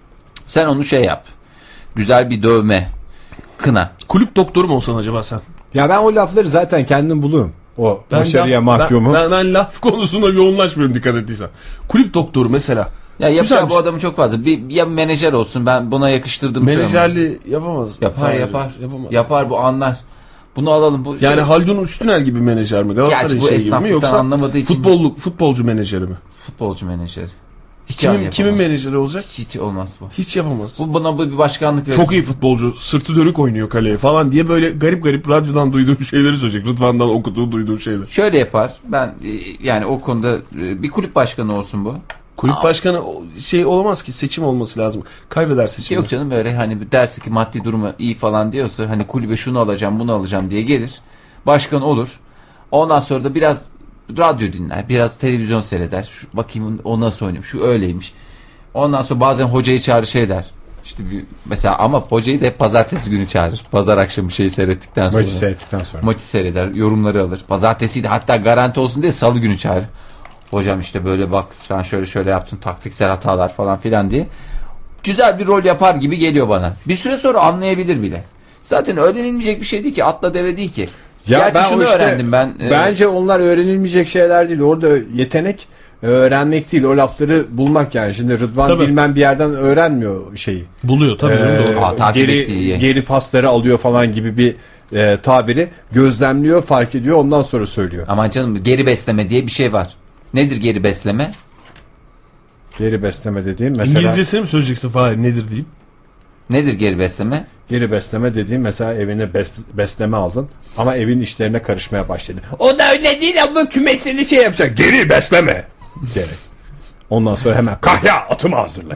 Sen onu şey yap. Güzel bir dövme. Kına. Kulüp doktoru mu olsan acaba sen? Ya ben o lafları zaten kendim bulurum. O Ben başarıya laf- mahkumu. Ben, ben, ben laf konusunda yoğunlaşmıyorum dikkat ettiysen. Kulüp doktoru mesela. Ya yapacağı Güzelmiş. bu adamı çok fazla. Bir ya menajer olsun, ben buna yakıştırdım. Menajerliği yapamaz. Yapar Hayır, yapar. Yapamaz. Yapar bu anlar. Bunu alalım. Bu Yani şey- Haldun Üstünel gibi menajer mi? Gerçi Galatasaray bu şey gibi mi? esnaflıktan Yoksa anlamadığı için- futbol, futbolcu menajeri mi? futbolcu menajeri. Hiç Kimin, yapamaz. kimin menajeri olacak? Hiç, hiç olmaz bu. Hiç yapamaz. Bu buna bu bir başkanlık verir. Çok iyi futbolcu, sırtı dönük oynuyor kaleye falan diye böyle garip garip radyodan duyduğu şeyleri söyleyecek. Rıdvan'dan okuduğu, duyduğu şeyler. Şöyle yapar. Ben e, yani o konuda e, bir kulüp başkanı olsun bu. Kulüp Aa. başkanı o- şey olamaz ki, seçim olması lazım. Kaybeder seçimi. Yok canım, böyle hani bir derse ki maddi durumu iyi falan diyorsa hani kulübe şunu alacağım bunu alacağım diye gelir. Başkan olur. Ondan sonra da biraz radyo dinler. Biraz televizyon seyreder. Şu, bakayım o nasıl oynuyor. Şu öyleymiş. Ondan sonra bazen hocayı çağırır şey der. İşte bir, mesela ama hocayı da hep pazartesi günü çağırır. Pazar akşamı şeyi seyrettikten sonra. Maçı seyrettikten sonra. Maçı seyreder. Yorumları alır. Pazartesi de hatta garanti olsun diye salı günü çağırır. Hocam işte böyle bak sen şöyle şöyle yaptın, taktiksel hatalar falan filan diye. Güzel bir rol yapar gibi geliyor bana. Bir süre sonra anlayabilir bile. Zaten öğrenilmeyecek bir şey değil ki. Atla deve değil ki. Gerçi ben şunu o işte- öğrendim ben. e, Bence onlar öğrenilmeyecek şeyler değil. Orada yetenek öğrenmek değil. O lafları bulmak yani. Şimdi Rıdvan Tabii. bilmem bir yerden öğrenmiyor şeyi. Buluyor tabii. Ee, doğru. Aa, takip ettiği geri, iyi. geri pasları alıyor falan gibi bir e, tabiri gözlemliyor, fark ediyor, ondan sonra söylüyor. Aman canım, geri besleme diye bir şey var. Nedir geri besleme? Geri besleme dediğim mesela İngilizcesini mi söyleyeceksin Fahir, nedir diyeyim? Nedir geri besleme? geri besleme dediğim mesela evine bes- besleme aldın ama evin işlerine karışmaya başladın. O da öyle değil, onun kümesini şey yapacak. Geri besleme diyerek. Ondan sonra hemen kahya atımı hazırla.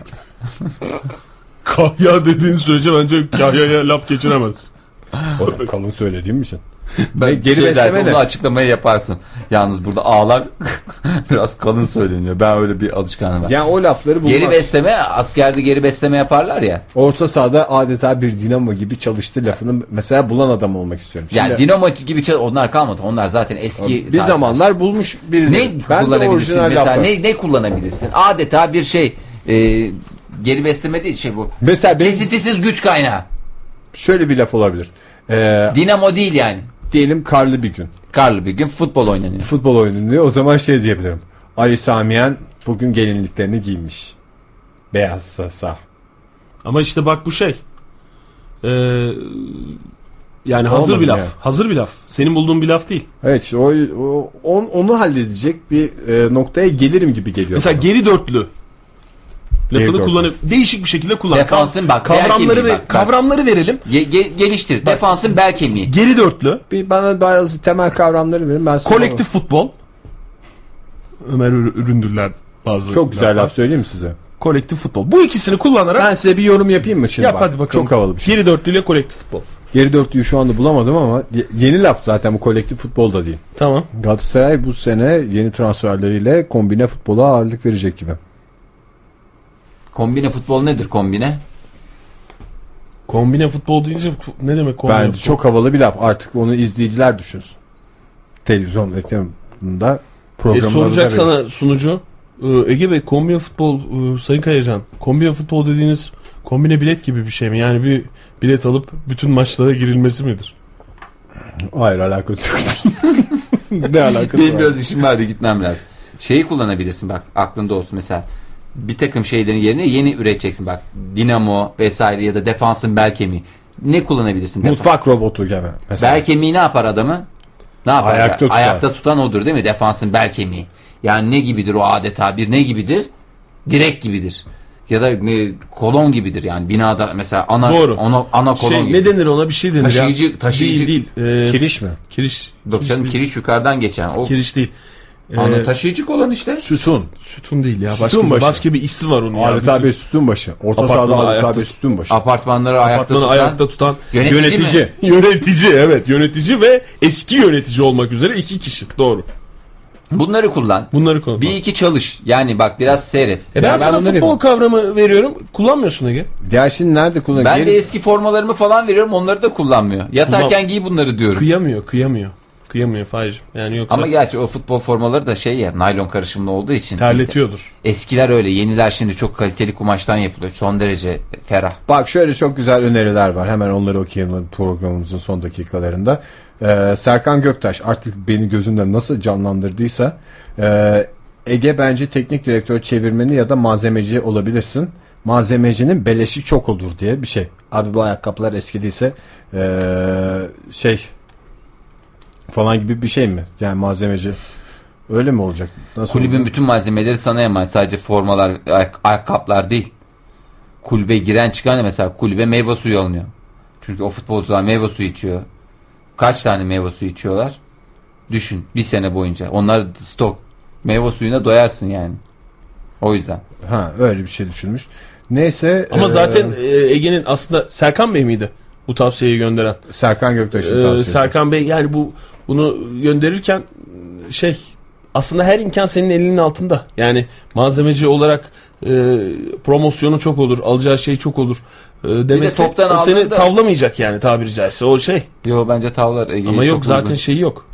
Kahya dediğin sürece bence kahyaya laf geçiremez. O da kalın söylediğim için. Ben geri geri şey besleme dersin, ne? onu açıklamayı yaparsın. Yalnız burada ağlar biraz kalın söyleniyor. Ben öyle bir alışkanlığım var. Yani o lafları bulmak. Geri besleme, askerde geri besleme yaparlar ya. Orta sahada adeta bir dinamo gibi çalıştı lafını mesela bulan adam olmak istiyorum. Yani Şimdi dinamo gibi çal- onlar kalmadı. Onlar zaten eski. bir tarz- zamanlar bulmuş birini. ne Ben de kullanabilirsin orijinal mesela? laflar. Ne ne kullanabilirsin? Adeta bir şey e, geri besleme değil şey bu. Mesela benim Kesintisiz güç kaynağı. şöyle bir laf olabilir. Ee, Dinamo değil yani. diyelim karlı bir gün. Karlı bir gün futbol oynanıyor. Futbol oynanıyor. O zaman şey diyebilirim. Ali Samiyen bugün gelinliklerini giymiş. Beyaz sasa. Ama işte bak bu şey. Ee, yani hazır Olmadı bir laf. yani. Hazır bir laf. Senin bulduğun bir laf değil. Evet işte o, o on, onu halledecek bir e, noktaya gelirim gibi geliyor. Mesela bana. geri dörtlü. Geri Lafını dörtlü. kullanıp değişik bir şekilde kullan. Defansın bak, Kavramları belki ve bak, bak. kavramları verelim. Ge- ge- geliştir. Defansın bel kemiği. Geri dörtlü. Bir bana bazı temel kavramları verin. Ben size Kolektif futbol. Ömer Ür- Üründüller bazı. çok güzel laflar. laf söyleyeyim mi size? Kolektif futbol. Bu ikisini kullanarak Ben size bir yorum yapayım mı şimdi? yap bak? hadi bakalım. Çok havalı bir şey. Geri dörtlüyle kolektif futbol. Geri dörtlüyü şu anda bulamadım ama y- yeni laf zaten bu, kolektif futbol da değil. Tamam. Galatasaray bu sene yeni transferleriyle kombine futbola ağırlık verecek gibi. Kombine futbol nedir kombine? Kombine futbol deyince ne demek kombine Bence futbol? çok havalı bir laf. Artık onu izleyiciler düşünsün. Televizyon ekranında E, programlarda soracak verin. sana sunucu. Ee, Ege Bey, kombine futbol, e, Sayın Kayacan, kombine futbol dediğiniz kombine bilet gibi bir şey mi? Yani bir bilet alıp bütün maçlara girilmesi midir? Hayır, alakası yok. Ne alakası Benim var? biraz işim vardı, gitmem lazım. Şeyi kullanabilirsin bak, aklında olsun mesela. Bir takım şeylerin yerine yeni üreteceksin bak. Dinamo vesaire ya da defansın bel kemiği. Ne kullanabilirsin? Defans. Mutfak robotu gibi. Mesela. Bel kemiği ne yapar adamı? Ne yapar? Ayakta tutar. Ayakta tutan odur değil mi? Defansın bel kemiği. Yani ne gibidir o adeta? Bir ne gibidir? Direk gibidir. Ya da ne, kolon gibidir yani binada mesela ana Doğru. ana, ana kolon Şey, gibi. ne denir ona, bir şey denir Taşıyıcı- ya. taşıyıcı- Değil değil. Ee, Kiriş mi? Kiriş. Yok canım, değil. kiriş yukarıdan geçen. O Kiriş değil. Ee, ana taşıyıcı kolon işte. Sütun. sütun değil ya. Sütun Başka, başı. başka bir ismi var onun ya. Adeta bir sütun başı. Orta Apartmanı sahada ayakta adeta bir tut- sütun başı. Apartmanları ayakta Apartmanı tutan. ayakta tutan Yönetici, Yönetici. mi? yönetici, evet, yönetici ve eski yönetici olmak üzere iki kişi. Doğru. Bunları kullan. Bunları konu. Bir iki çalış. Yani bak biraz seyret. E ben, Ya ben sana bunları futbol yapayım. kavramı veriyorum. Kullanmıyorsun Ege. Ya şimdi nerede kullanıyor? Ben de eski formalarımı falan veriyorum, onları da kullanmıyor. Yatarken Kullan- giy bunları diyorum. Kıyamıyor, kıyamıyor. Kıyamıyor Fahir. Yani yoksa Ama gerçi o futbol formaları da şey ya, naylon karışımlı olduğu için. terletiyordur. Eskiler öyle, yeniler şimdi çok kaliteli kumaştan yapılıyor. Son derece ferah. Bak şöyle çok güzel öneriler var. Hemen onları okuyalım programımızın son dakikalarında. Ee, Serkan Göktaş artık beni gözümde nasıl canlandırdıysa e, Ege bence teknik direktör, çevirmeni ya da malzemeci olabilirsin. Malzemecinin beleşi çok olur diye bir şey. Abi bu ayakkabılar eskidiyse e, şey falan gibi bir şey mi? Yani malzemeci öyle mi olacak? Nasıl Kulübün olacak? bütün malzemeleri sana emanet. Sadece formalar, ayak, ayakkabılar değil. Kulübe giren çıkan da mesela kulübe meyve suyu alınıyor. Çünkü o futbolcular meyve suyu içiyor. Kaç tane meyve suyu içiyorlar? Düşün, bir sene boyunca. Onlar stok. Meyve suyuna doyarsın yani. O yüzden. Ha öyle bir şey düşünmüş. Neyse. Ama e, zaten e, Ege'nin aslında Serkan Bey miydi bu tavsiyeyi gönderen? Serkan Göktaş'ın Ee, tavsiyesi. Serkan Bey yani bu bunu gönderirken şey, aslında her imkan senin elinin altında. Yani malzemeci olarak e, promosyonu çok olur, alacağı şey çok olur. E, demesi, toptan o seni aldığında- tavlamayacak yani, tabiri caizse o şey. Yo bence tavlar Ege'yi Ama yok çok zaten uygun. şeyi yok.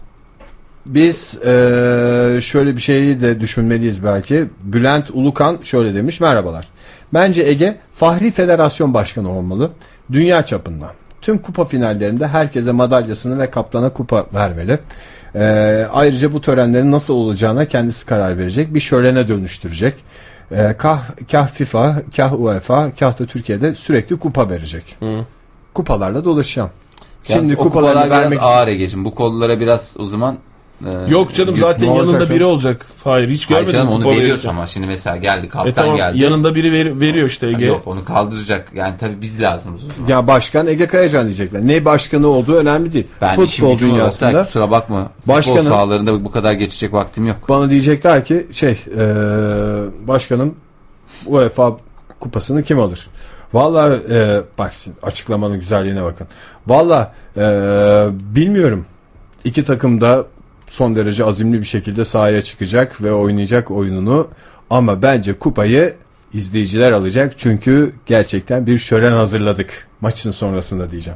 Biz e, şöyle bir şeyi de düşünmeliyiz belki. Bülent Ulukan şöyle demiş: merhabalar. Bence Ege Fahri Federasyon Başkanı olmalı. Dünya çapında. Tüm kupa finallerinde herkese madalyasını ve kaptana kupa vermeli. E, ayrıca bu törenlerin nasıl olacağına kendisi karar verecek. Bir şölene dönüştürecek. E, kah, kah FIFA, kah UEFA, kah da Türkiye'de sürekli kupa verecek. Hı. Kupalarla dolaşacağım. Yalnız Şimdi o kupalar kupalarını biraz vermek için. ağır Ege'cim. Bu kollara biraz o zaman e, Yok canım, gö- zaten ne olacak yanında canım? biri olacak. Hayır, hiç Hayır görmedim. canım, onu kupa veriyorsun verirken. ama şimdi mesela geldi kaptan E tamam, geldi. yanında biri ver- veriyor işte Ege. Yok, onu kaldıracak. Yani tabii biz lazımız o zaman. Ya başkan Ege Kayacan diyecekler. Ne başkanı olduğu önemli değil. Ben işim Futbol gücüm olsa dünyasında kusura bakma. Futbol Başkanım- sahalarında bu kadar geçecek vaktim yok. bana diyecekler ki şey e, başkanım UEFA kupasını kim alır? Vallahi e, bak şimdi açıklamanın güzelliğine bakın. Vallahi e, bilmiyorum. İki takım da son derece azimli bir şekilde sahaya çıkacak ve oynayacak oyununu, ama bence kupayı izleyiciler alacak, çünkü gerçekten bir şölen hazırladık maçın sonrasında diyeceğim.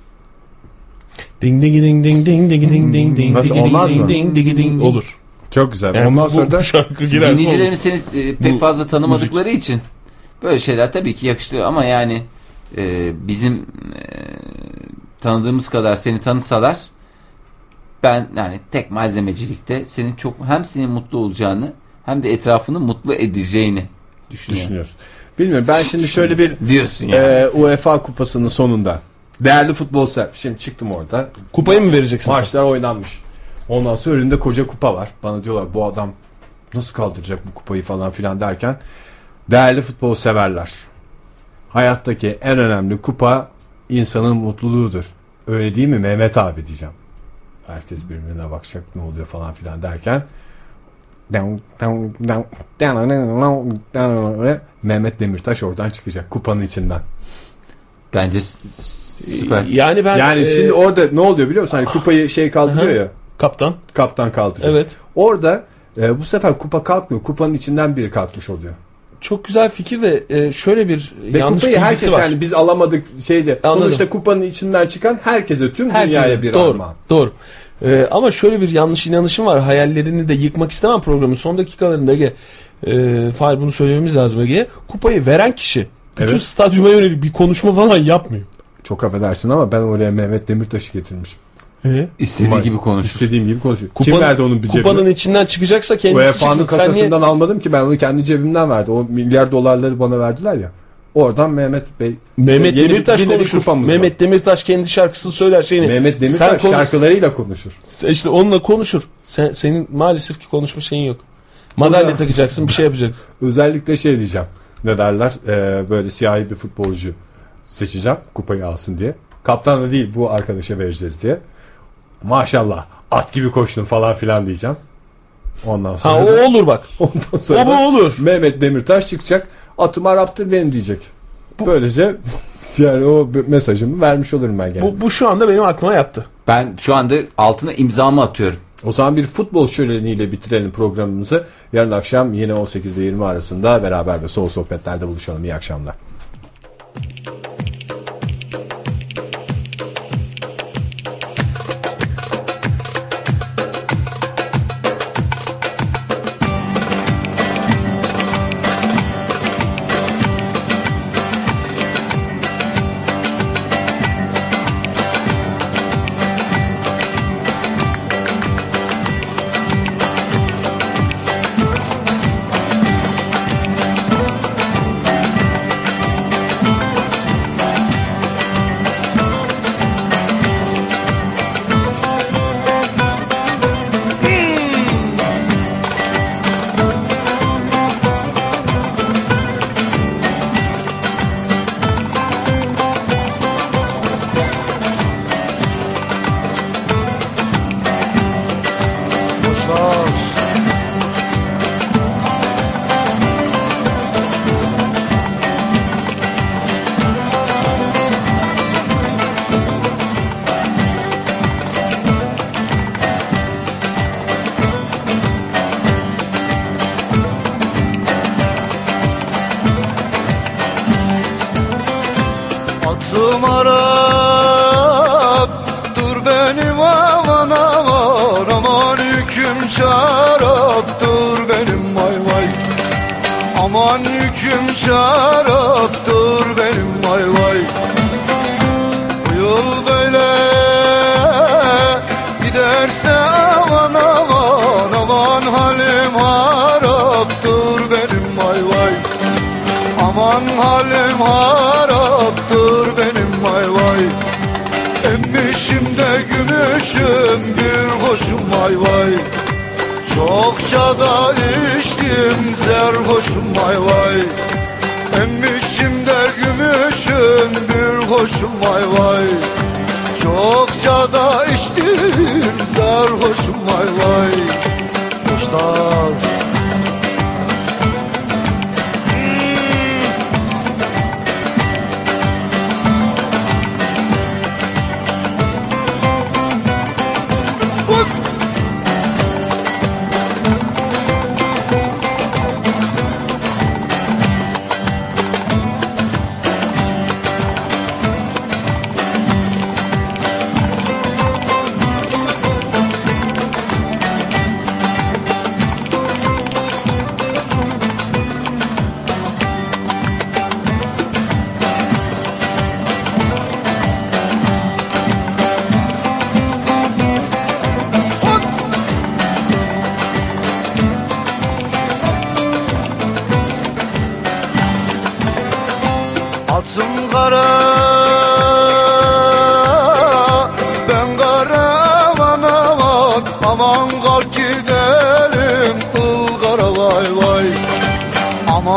Ding ding ding ding ding ding ding ding ding. Nasıl, ding, olmaz ding, mı? ding, ding, ding. Olur. Çok güzel. Yani Ondan bu, sonra da bu şarkı girer. Dinleyicilerin seni e, pek Bu fazla tanımadıkları için böyle şeyler tabii ki yakıştırıyor ama yani e, bizim e, tanıdığımız kadar seni tanısalar, ben yani tek malzemecilikte senin çok hem senin mutlu olacağını hem de etrafını mutlu edeceğini düşünüyorum. Düşünüyorsun. Bilmiyorum, ben şimdi şöyle bir Diyorsun yani. e, UEFA kupasının sonunda değerli futbol sever. Şimdi çıktım orada. Kupayı mı vereceksin Maçlar oynanmış. Ondan sonra önünde koca kupa var. Bana diyorlar bu adam nasıl kaldıracak bu kupayı falan filan derken, değerli futbol severler, hayattaki en önemli kupa insanın mutluluğudur. Öyle değil mi Mehmet abi diyeceğim. Herkes birbirine bakacak, ne oluyor falan filan derken Mehmet Demirtaş oradan çıkacak kupanın içinden. Bence süper. Yani ben Yani e, şimdi orada ne oluyor biliyor musun? Hani kupayı şey kaldırıyor Aha. ya. kaptan. Kaptan kaldırıyor. Evet. Orada e, bu sefer kupa kalkmıyor. Kupanın içinden biri kalkmış oluyor. Çok güzel fikir de e, şöyle bir Ve yanlış kupayı bilgisi herkes, var. yani biz alamadık şeyde. Anladım. Sonuçta kupanın içinden çıkan herkese, tüm Herkese, dünyaya bir doğru, armağan. Doğru. Ee, ama şöyle bir yanlış inanışım var. Hayallerini de yıkmak istemem programın son dakikalarında Ege. E, Fahir, bunu söylememiz lazım Ege'ye. Kupayı veren kişi bütün Evet. stadyuma yönelik bir konuşma falan yapmıyor. Çok affedersin ama ben oraya Mehmet Demirtaş'ı getirmişim. E? İstediği Kuma- gibi konuşur. İstediğim gibi konuşuyor. Kupanın- Kim verdi onun bir cebine? Kupanın içinden çıkacaksa kendisi UEFA'nın çıksın. Sen niye... kasasından almadım ki, ben onu kendi cebimden verdi. O milyar dolarları bana verdiler ya. Oradan Mehmet Bey, Mehmet yeni bir- Demirtaş yine bir konuşur. kupamız var. Mehmet Demirtaş kendi şarkısını söyler şeyini. Mehmet Sen Demirtaş konuş- şarkılarıyla konuşur. İşte onunla konuşur. Sen, senin maalesef ki konuşma şeyin yok. Madalya Ulan. takacaksın, bir şey yapacaksın. Özellikle şey diyeceğim. Ne derler? Ee, böyle siyahi bir futbolcu seçeceğim kupayı alsın diye. Kaptanı değil, bu arkadaşa vereceğiz diye. Maşallah at gibi koştun falan filan diyeceğim. Ondan Ha, sonra o da- olur bak. ondan sonra O bu da olur. Mehmet Demirtaş çıkacak. Atım Arap'tır benim diyecek. Böylece yani o mesajımı vermiş olurum ben gene. Bu, bu şu anda benim aklıma yattı. Ben şu anda altına imzamı atıyorum. O zaman bir futbol şöleniyle bitirelim programımızı. Yarın akşam yine on sekiz ile yirmi arasında beraber ve Soğuk Sohbetler'de buluşalım. İyi akşamlar. Atım Arap dur benim aman aman aman yüküm şarap dur benim vay vay aman yüküm şarap dur benim vay vay bu yıl böyle giderse aman aman aman halim harap dur benim vay vay aman halim haraptır benim vay vay emmişim de gümüşüm bir hoşum vay vay çokça da içtim zerhoşum vay vay emmişim de gümüşüm bir hoşum vay vay çokça da içtim zerhoşum vay vay kuşlar.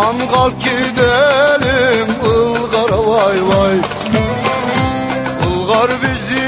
Aman kalk gidelim Ilgar'a vay vay. Ilgar bizi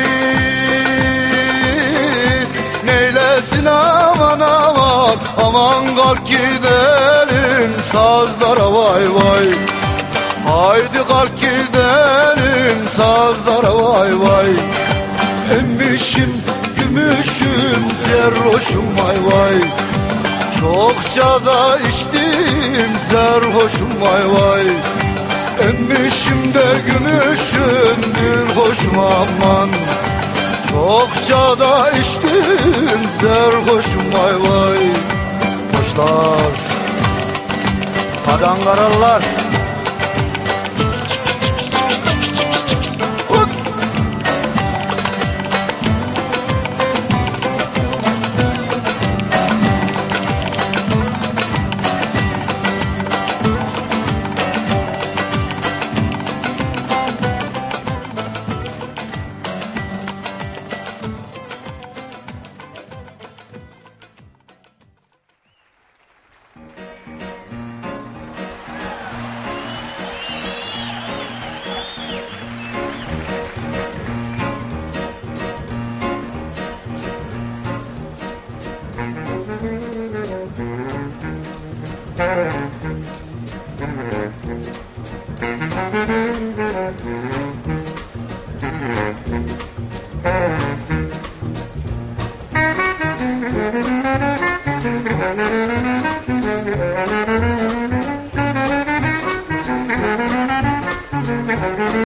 neylesin aman aman. Aman kalk gidelim sazlara vay vay. Haydi kalk gidelim sazlara vay vay. Emmişim gümüşüm zerroşum vay vay. Çokça da içtim zerhoşum vay vay. Emmişim de gümüşüm bir hoşum aman. Çokça da içtim zerhoşum vay vay. Hoşlar hadi Ankaralılar. Thank you.